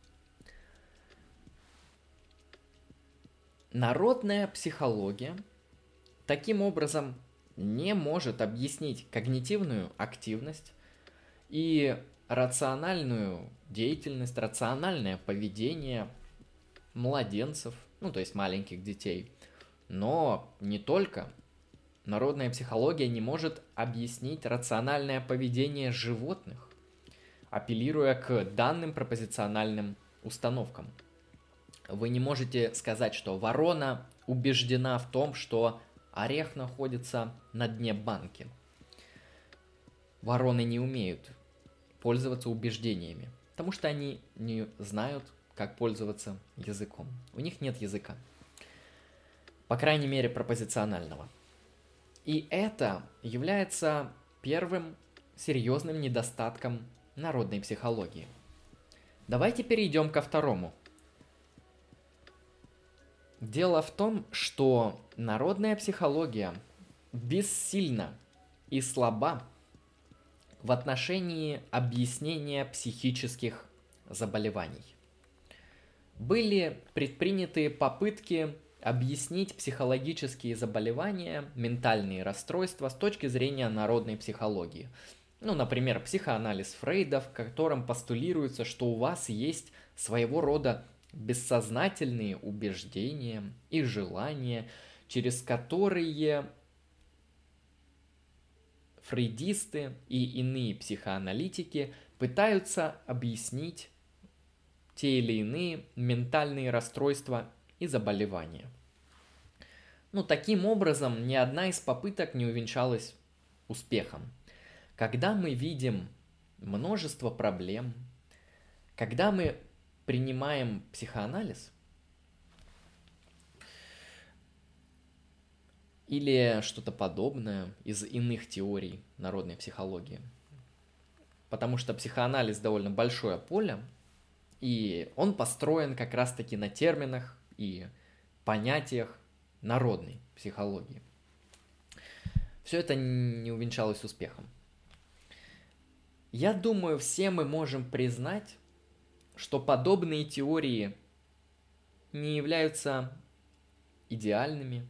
Народная психология таким образом не может объяснить когнитивную активность и рациональную деятельность, рациональное поведение младенцев, ну то есть маленьких детей. Но не только. Народная психология не может объяснить рациональное поведение животных, апеллируя к данным пропозициональным установкам. Вы не можете сказать, что ворона убеждена в том, что орех находится на дне банки. Вороны не умеют пользоваться убеждениями, потому что они не знают, как пользоваться языком. У них нет языка. По крайней мере, пропозиционального. И это является первым серьезным недостатком народной психологии. Давайте перейдем ко второму. Дело в том, что народная психология бессильна и слаба в отношении объяснения психических заболеваний. Были предприняты попытки объяснить психологические заболевания, ментальные расстройства с точки зрения народной психологии. Ну, например, психоанализ Фрейда, в котором постулируется, что у вас есть своего рода бессознательные убеждения и желания, через которые фрейдисты и иные психоаналитики пытаются объяснить те или иные ментальные расстройства и заболевания. Ну, таким образом, ни одна из попыток не увенчалась успехом. Когда мы видим множество проблем, когда мы принимаем психоанализ или что-то подобное из иных теорий народной психологии, потому что психоанализ довольно большое поле, и он построен как раз-таки на терминах и понятиях народной психологии. Все это не увенчалось успехом. Я думаю, все мы можем признать, что подобные теории не являются идеальными,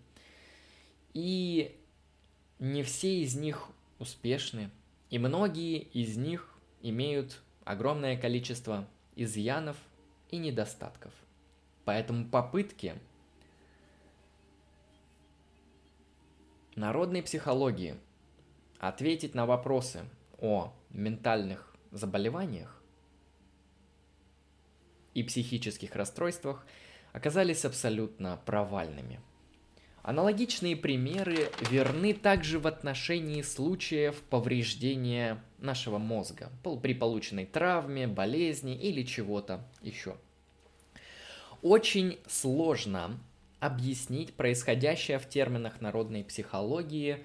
и не все из них успешны, и многие из них имеют огромное количество изъянов и недостатков. Поэтому попытки народной психологии ответить на вопросы о ментальных заболеваниях и психических расстройствах оказались абсолютно провальными. Аналогичные примеры верны также в отношении случаев повреждения нашего мозга при полученной травме, болезни или чего-то еще. Очень сложно объяснить происходящее в терминах народной психологии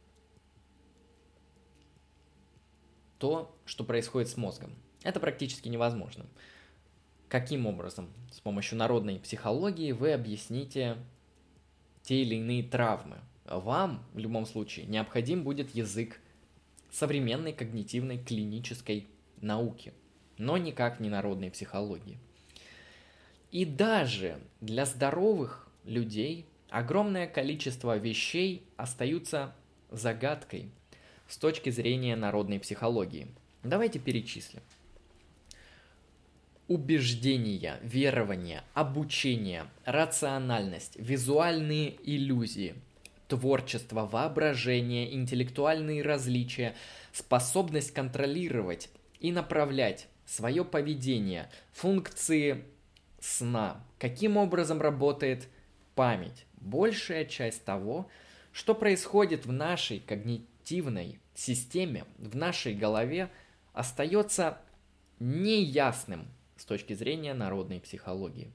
то, что происходит с мозгом. Это практически невозможно. Каким образом с помощью народной психологии вы объясните те или иные травмы? Вам в любом случае необходим будет язык современной когнитивной клинической науки, но никак не народной психологии. И даже для здоровых людей огромное количество вещей остаются загадкой с точки зрения народной психологии. Давайте перечислим. Убеждения, верования, обучение, рациональность, визуальные иллюзии, творчество, воображение, интеллектуальные различия, способность контролировать и направлять свое поведение, функции сна, каким образом работает память. Большая часть того, что происходит в нашей когнитивной системе, в нашей голове, остается неясным с точки зрения народной психологии.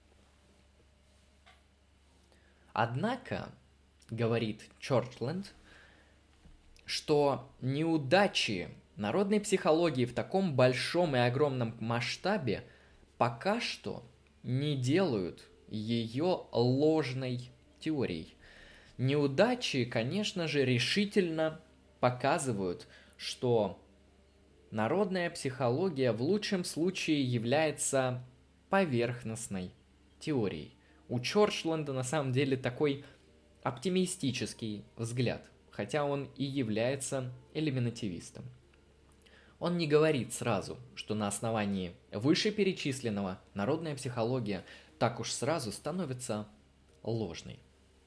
Однако, говорит Чорчленд, что неудачи народной психологии в таком большом и огромном масштабе пока что не делают ее ложной теорией. Неудачи, конечно же, решительно показывают, что народная психология в лучшем случае является поверхностной теорией. У Чорчленда на самом деле такой оптимистический взгляд, хотя он и является элиминативистом. Он не говорит сразу, что на основании вышеперечисленного народная психология так уж сразу становится ложной.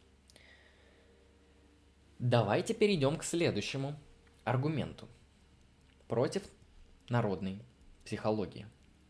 Давайте перейдем к следующему аргументу против народной психологии.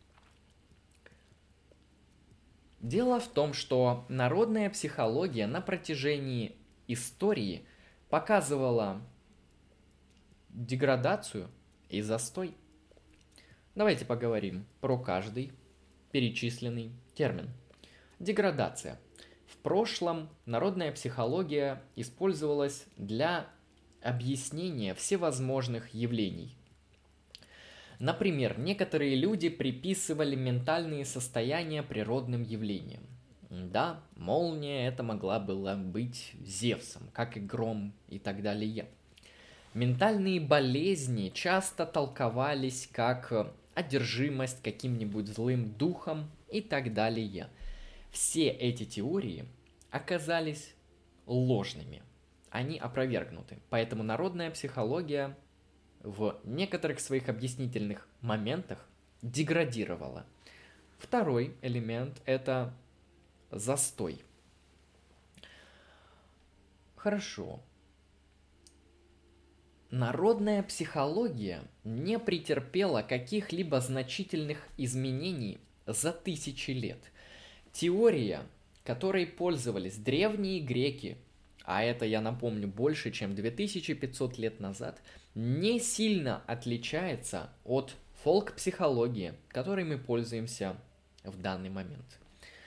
Дело в том, что народная психология на протяжении истории показывала деградацию и застой. Давайте поговорим про каждый перечисленный термин. Деградация. В прошлом народная психология использовалась для объяснения всевозможных явлений. Например, некоторые люди приписывали ментальные состояния природным явлениям. Да, молния это могла была быть Зевсом, как и гром и так далее. Ментальные болезни часто толковались как одержимость каким-нибудь злым духом и так далее. Все эти теории оказались ложными. Они опровергнуты. Поэтому народная психология в некоторых своих объяснительных моментах деградировала. Второй элемент – это застой. Хорошо. Народная психология не претерпела каких-либо значительных изменений за тысячи лет. Теория, которой пользовались древние греки, а это, я напомню, больше, чем две тысячи пятьсот лет назад, не сильно отличается от фолк-психологии, которой мы пользуемся в данный момент.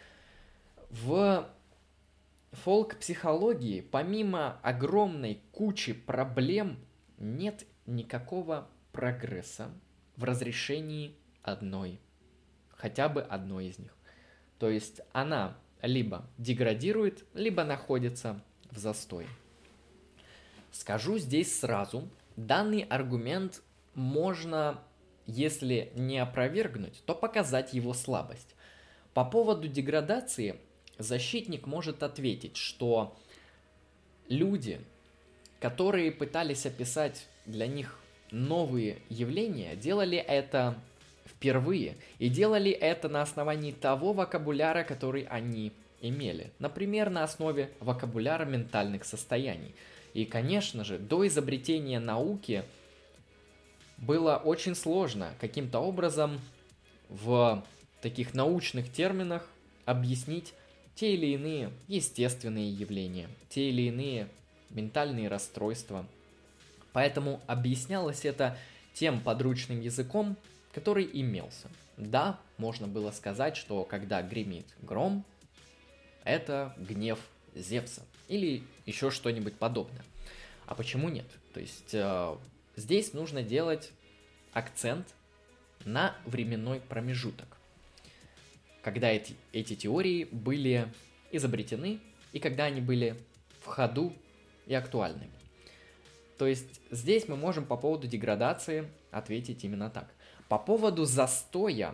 В фолк-психологии, помимо огромной кучи проблем, нет никакого прогресса в разрешении одной, хотя бы одной из них. То есть она либо деградирует, либо находится в застое. Скажу здесь сразу, данный аргумент можно, если не опровергнуть, то показать его слабость. По поводу деградации защитник может ответить, что люди, которые пытались описать для них новые явления, делали это впервые и делали это на основании того вокабуляра, который они имели. Например, на основе вокабуляра ментальных состояний. И, конечно же, до изобретения науки было очень сложно каким-то образом в таких научных терминах объяснить те или иные естественные явления, те или иные ментальные расстройства. Поэтому объяснялось это тем подручным языком, который имелся. Да, можно было сказать, что когда гремит гром, это гнев Зевса или еще что-нибудь подобное. А почему нет? То есть э, здесь нужно делать акцент на временной промежуток, когда эти, эти теории были изобретены и когда они были в ходу и актуальны. То есть здесь мы можем по поводу деградации ответить именно так. По поводу застоя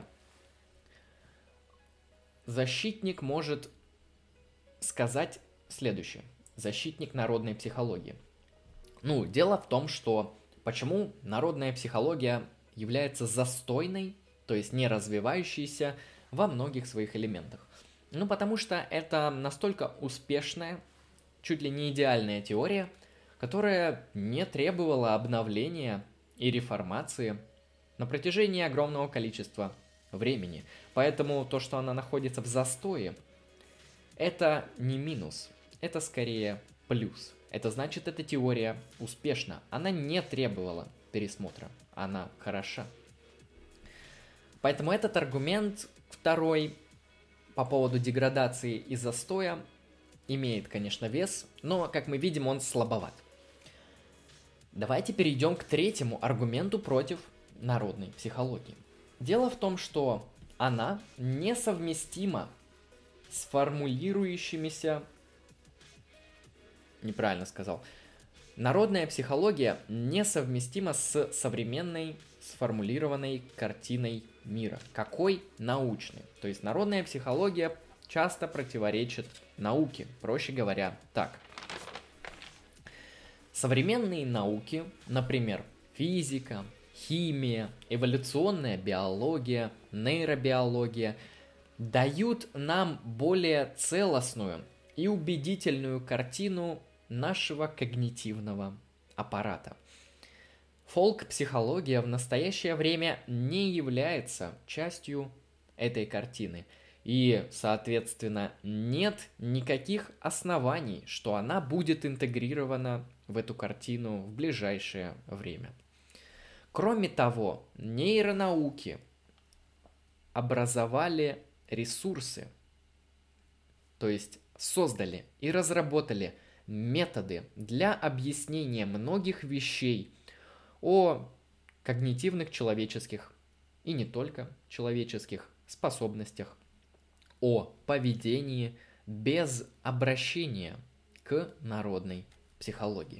защитник может сказать следующее. Защитник народной психологии. Ну, дело в том, что почему народная психология является застойной, то есть не развивающейся во многих своих элементах. Ну, потому что это настолько успешная, чуть ли не идеальная теория, которая не требовала обновления и реформации на протяжении огромного количества времени. Поэтому то, что она находится в застое, это не минус, это скорее плюс. Это значит, эта теория успешна. Она не требовала пересмотра. Она хороша. Поэтому этот аргумент второй по поводу деградации и застоя имеет, конечно, вес, но, как мы видим, он слабоват. Давайте перейдем к третьему аргументу против народной психологии. Дело в том, что она несовместима с формулирующимися... Неправильно сказал. Народная психология несовместима с современной сформулированной картиной мира. Какой? Научной. То есть народная психология часто противоречит науке. Проще говоря, так. Современные науки, например, физика, химия, эволюционная биология, нейробиология, дают нам более целостную и убедительную картину нашего когнитивного аппарата. Фолк-психология в настоящее время не является частью этой картины, и, соответственно, нет никаких оснований, что она будет интегрирована в эту картину в ближайшее время. Кроме того, нейронауки образовали ресурсы, то есть создали и разработали методы для объяснения многих вещей о когнитивных человеческих и не только человеческих способностях, о поведении без обращения к народной психологии.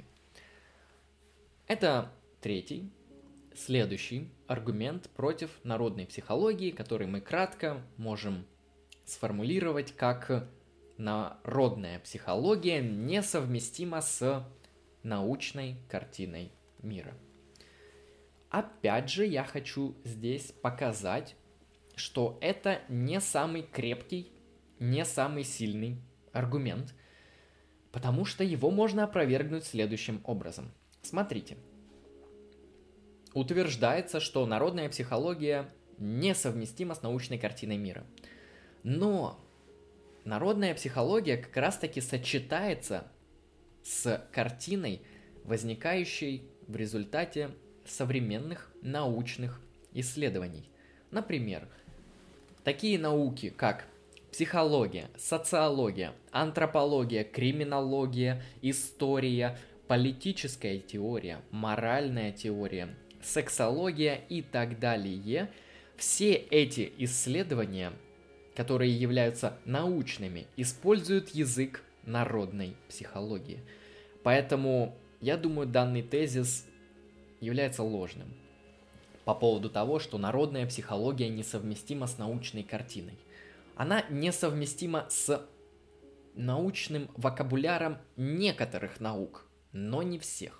Это третий, следующий аргумент против народной психологии, который мы кратко можем сформулировать как народная психология несовместима с научной картиной мира. Опять же, я хочу здесь показать, что это не самый крепкий, не самый сильный аргумент, потому что его можно опровергнуть следующим образом. Смотрите. Утверждается, что народная психология несовместима с научной картиной мира. Но народная психология как раз-таки сочетается с картиной, возникающей в результате современных научных исследований. Например, такие науки, как психология, социология, антропология, криминология, история, политическая теория, моральная теория, сексология и так далее. Все эти исследования, которые являются научными, используют язык народной психологии. Поэтому, я думаю, данный тезис является ложным по поводу того, что народная психология несовместима с научной картиной. Она несовместима с научным вокабуляром некоторых наук, но не всех.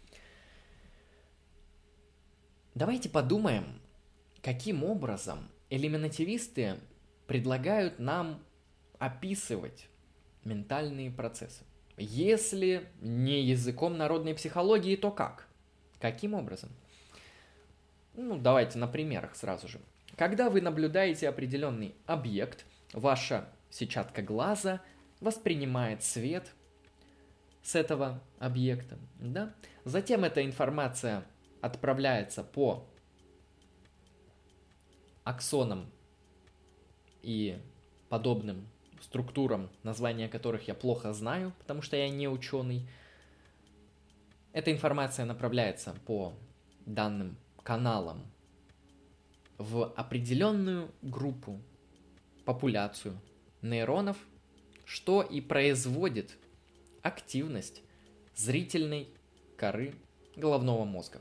Давайте подумаем, каким образом элиминативисты предлагают нам описывать ментальные процессы. Если не языком народной психологии, то как? Каким образом? Ну, давайте на примерах сразу же. Когда вы наблюдаете определенный объект, ваша сетчатка глаза воспринимает свет с этого объекта, да? Затем эта информация отправляется по аксонам и подобным структурам, названия которых я плохо знаю, потому что я не ученый. Эта информация направляется по данным каналам в определенную группу, популяцию нейронов, что и производит активность зрительной коры головного мозга.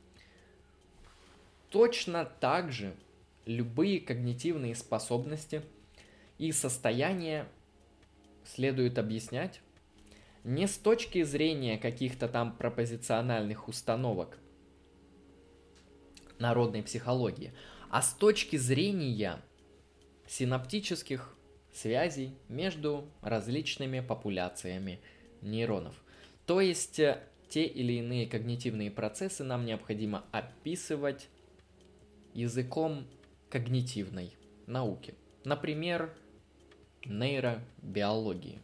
Точно так же любые когнитивные способности и состояния следует объяснять не с точки зрения каких-то там пропозициональных установок народной психологии, а с точки зрения синаптических связей между различными популяциями нейронов. То есть те или иные когнитивные процессы нам необходимо описывать языком когнитивной науки. Например, нейробиологии.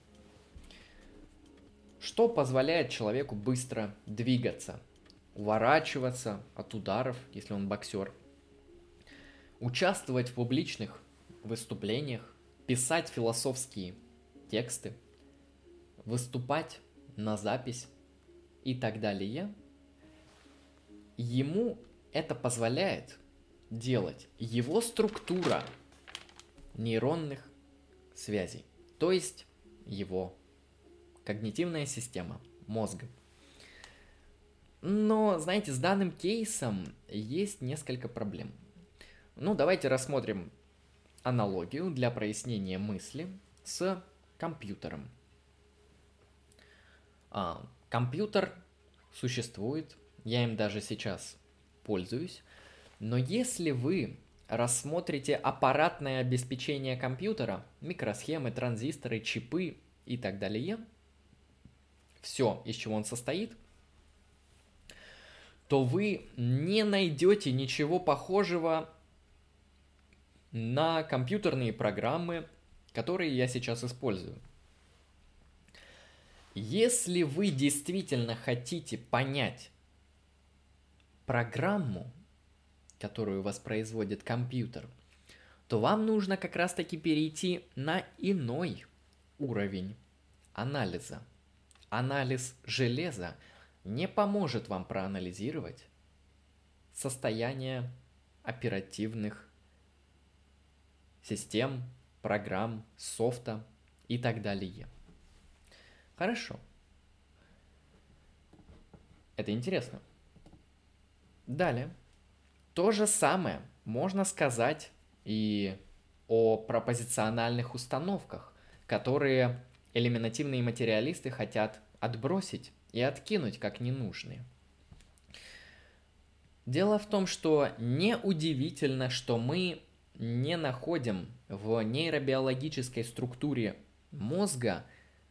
Что позволяет человеку быстро двигаться, уворачиваться от ударов, если он боксер, участвовать в публичных выступлениях, писать философские тексты, выступать на запись и так далее. Ему это позволяет делать его структура нейронных связей, то есть его когнитивная система мозга. Но, знаете, с данным кейсом есть несколько проблем. Ну, давайте рассмотрим аналогию для прояснения мысли с компьютером. А, компьютер существует, я им даже сейчас пользуюсь, но если вы рассмотрите аппаратное обеспечение компьютера, микросхемы, транзисторы, чипы и так далее, все, из чего он состоит, то вы не найдете ничего похожего на компьютерные программы, которые я сейчас использую. Если вы действительно хотите понять программу, которую воспроизводит компьютер, то вам нужно как раз-таки перейти на иной уровень анализа. Анализ железа не поможет вам проанализировать состояние оперативных систем, программ, софта и так далее. Хорошо. Это интересно. Далее. То же самое можно сказать и о пропозициональных установках, которые элиминативные материалисты хотят отбросить и откинуть как ненужные. Дело в том, что неудивительно, что мы не находим в нейробиологической структуре мозга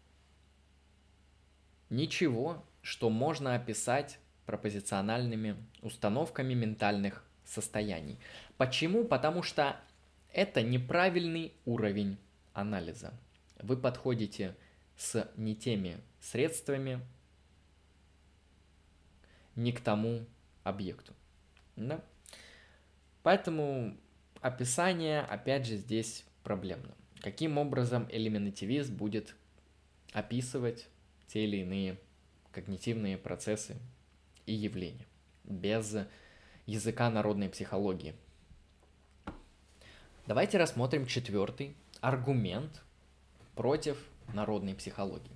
ничего, что можно описать пропозициональными установками ментальных состояний. Почему? Потому что это неправильный уровень анализа. Вы подходите с не теми средствами, не к тому объекту. Да? Поэтому описание, опять же, здесь проблемно. Каким образом элиминативист будет описывать те или иные когнитивные процессы и явления без языка народной психологии? Давайте рассмотрим четвертый аргумент против народной психологии.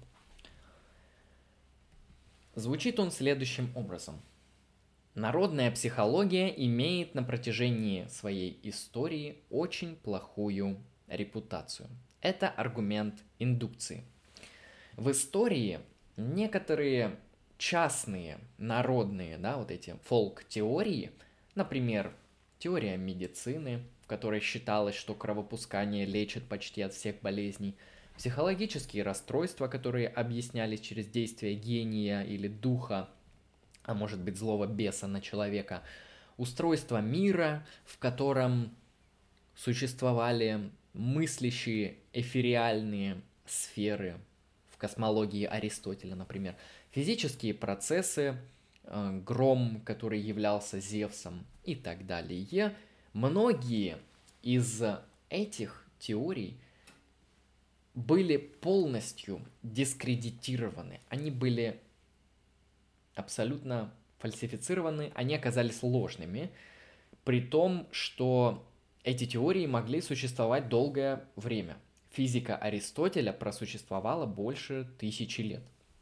Звучит он следующим образом. Народная психология имеет на протяжении своей истории очень плохую репутацию. Это аргумент индукции. В истории некоторые частные, народные, да, вот эти фолк-теории, например, теория медицины, в которой считалось, что кровопускание лечит почти от всех болезней, психологические расстройства, которые объяснялись через действие гения или духа, а может быть злого беса на человека, устройство мира, в котором существовали мыслящие эфириальные сферы, в космологии Аристотеля, например, физические процессы, гром, который являлся Зевсом и так далее. Многие из этих теорий были полностью дискредитированы. Они были абсолютно фальсифицированы, они оказались ложными, при том, что эти теории могли существовать долгое время. Физика Аристотеля просуществовала больше тысячи лет.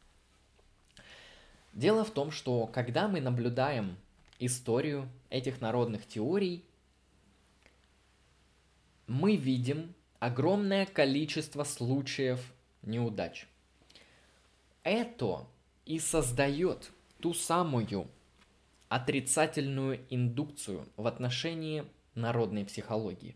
Дело в том, что когда мы наблюдаем историю этих народных теорий, мы видим огромное количество случаев неудач. Это и создает ту самую отрицательную индукцию в отношении народной психологии.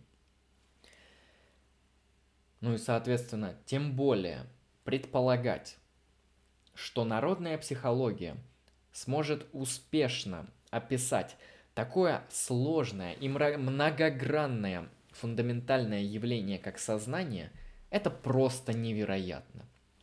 Ну и, соответственно, тем более предполагать, что народная психология сможет успешно описать такое сложное и многогранное фундаментальное явление, как сознание, это просто невероятно.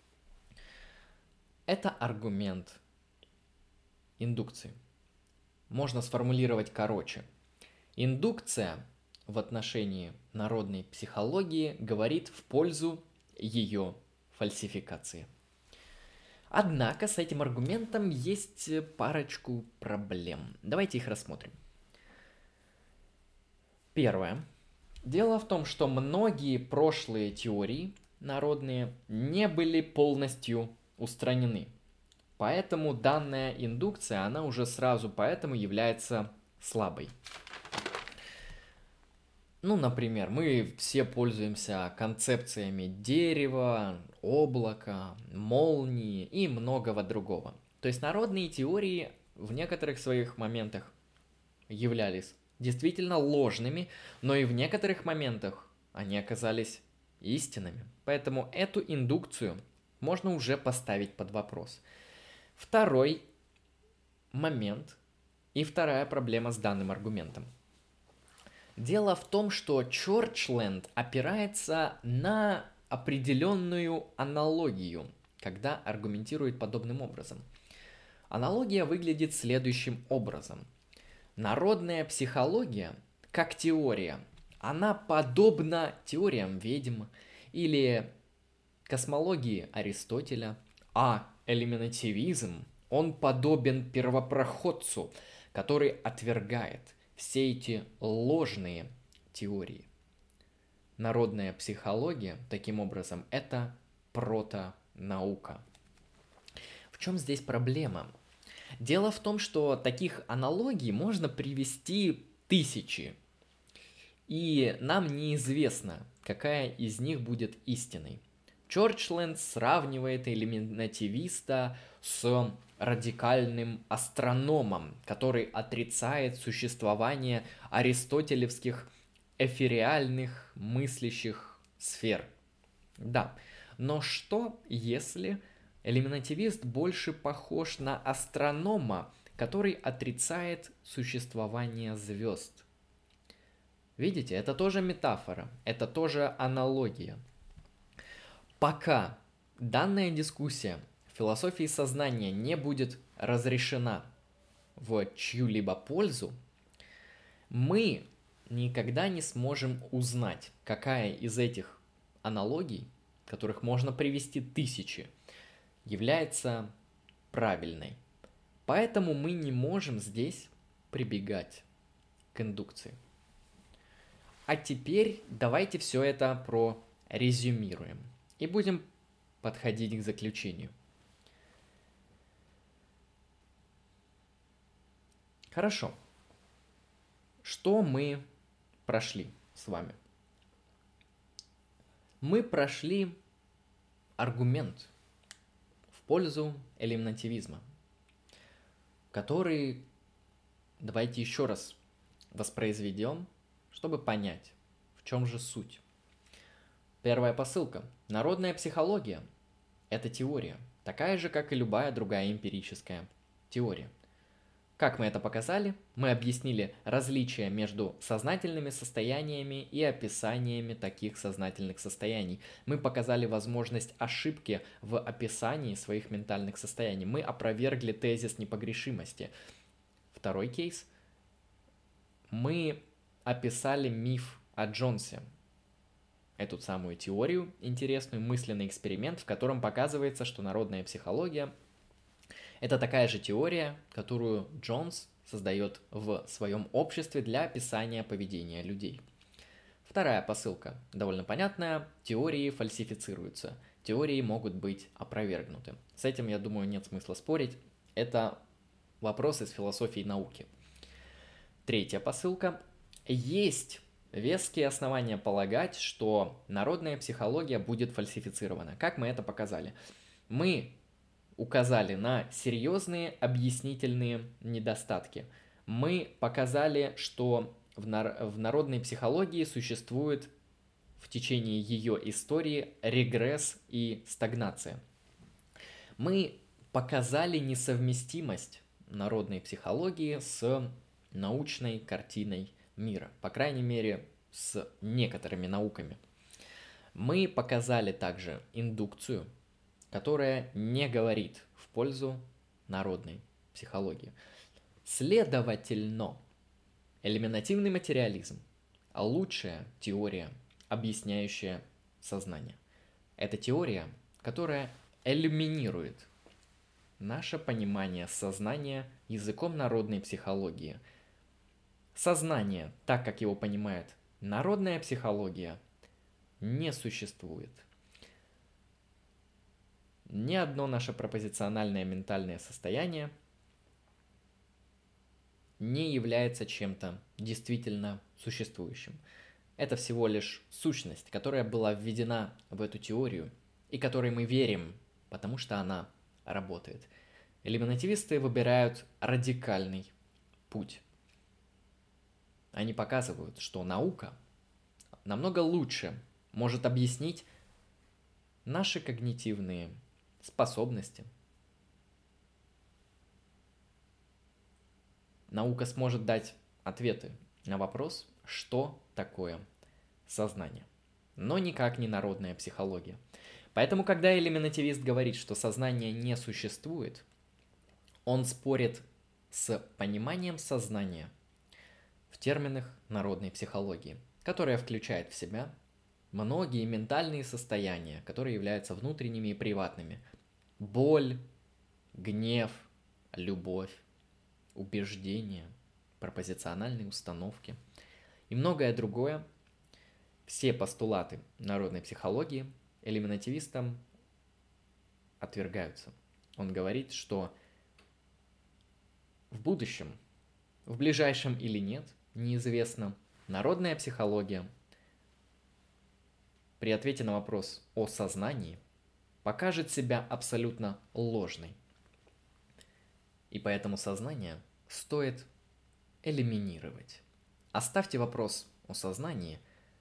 Это аргумент индукции. Можно сформулировать короче. Индукция в отношении народной психологии говорит в пользу ее фальсификации. Однако с этим аргументом есть парочку проблем. Давайте их рассмотрим. Первое. Дело в том, что многие прошлые теории народные не были полностью устранены. Поэтому данная индукция, она уже сразу поэтому является слабой. Ну, например, мы все пользуемся концепциями дерева, облака, молнии и многого другого. То есть народные теории в некоторых своих моментах являлись действительно ложными, но и в некоторых моментах они оказались истинными. Поэтому эту индукцию можно уже поставить под вопрос. Второй момент и вторая проблема с данным аргументом. Дело в том, что Чорчленд опирается на определенную аналогию, когда аргументирует подобным образом. Аналогия выглядит следующим образом. Народная психология, как теория, она подобна теориям ведьм или космологии Аристотеля, а элиминативизм, он подобен первопроходцу, который отвергает все эти ложные теории. Народная психология, таким образом, это протонаука. В чем здесь проблема? Дело в том, что таких аналогий можно привести тысячи, и нам неизвестно, какая из них будет истиной. Чорчленд сравнивает элиминативиста с радикальным астрономом, который отрицает существование аристотелевских эфириальных мыслящих сфер. Да, но что, если элиминативист больше похож на астронома, который отрицает существование звезд? Видите, это тоже метафора, это тоже аналогия. Пока данная дискуссия в философии сознания не будет разрешена в чью-либо пользу, мы никогда не сможем узнать, какая из этих аналогий, которых можно привести тысячи, является правильной. Поэтому мы не можем здесь прибегать к индукции. А теперь давайте все это прорезюмируем и будем подходить к заключению. Хорошо. Что мы прошли с вами? Мы прошли аргумент в пользу элиминативизма, который давайте еще раз воспроизведем, чтобы понять, в чем же суть. Первая посылка. Народная психология – это теория, такая же, как и любая другая эмпирическая теория. Как мы это показали? Мы объяснили различия между сознательными состояниями и описаниями таких сознательных состояний. Мы показали возможность ошибки в описании своих ментальных состояний. Мы опровергли тезис непогрешимости. Второй кейс. Мы описали миф о Джонсе. эту самую теорию интересную, мысленный эксперимент, в котором показывается, что народная психология – это такая же теория, которую Джонс создает в своем обществе для описания поведения людей. Вторая посылка, довольно понятная, теории фальсифицируются, теории могут быть опровергнуты. С этим, я думаю, нет смысла спорить, это вопрос из философии науки. Третья посылка, есть веские основания полагать, что народная психология будет фальсифицирована. Как мы это показали? Мы указали на серьезные объяснительные недостатки. Мы показали, что в, нар- в народной психологии существует в течение ее истории регресс и стагнация. Мы показали несовместимость народной психологии с научной картиной мира, по крайней мере, с некоторыми науками. Мы показали также индукцию, которая не говорит в пользу народной психологии. Следовательно, элиминативный материализм – лучшая теория, объясняющая сознание. Это теория, которая элиминирует наше понимание сознания языком народной психологии. Сознание, так как его понимает народная психология, не существует. Ни одно наше пропозициональное ментальное состояние не является чем-то действительно существующим. Это всего лишь сущность, которая была введена в эту теорию и которой мы верим, потому что она работает. Элиминативисты выбирают радикальный путь. Они показывают, что наука намного лучше может объяснить наши когнитивные способности. Наука сможет дать ответы на вопрос, что такое сознание, но никак не народная психология. Поэтому, когда элиминативист говорит, что сознание не существует, он спорит с пониманием сознания в терминах народной психологии, которая включает в себя многие ментальные состояния, которые являются внутренними и приватными. Боль, гнев, любовь, убеждения, пропозициональные установки и многое другое. Все постулаты народной психологии элиминативистам отвергаются. Он говорит, что в будущем, в ближайшем или нет, неизвестно, народная психология при ответе на вопрос о сознании покажет себя абсолютно ложной. И поэтому сознание стоит элиминировать. Оставьте вопрос о сознании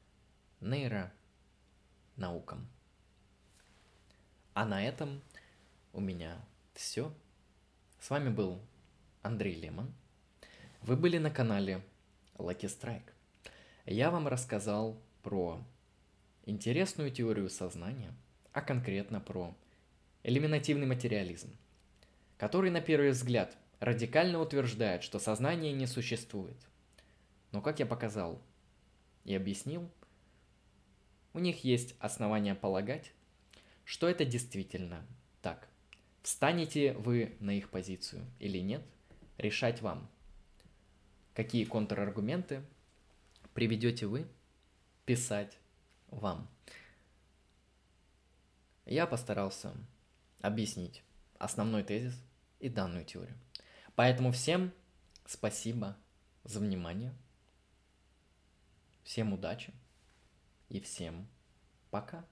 нейронаукам. А на этом у меня все. С вами был Андрей Лемон. Вы были на канале Lucky Strike. Я вам рассказал про интересную теорию сознания, а конкретно про элиминативный материализм, который на первый взгляд радикально утверждает, что сознание не существует. Но, как я показал и объяснил, у них есть основания полагать, что это действительно так. Встанете вы на их позицию или нет, решать вам. Какие контраргументы приведете вы, писать вам. Я постарался объяснить основной тезис и данную теорию. Поэтому всем спасибо за внимание, всем удачи и всем пока.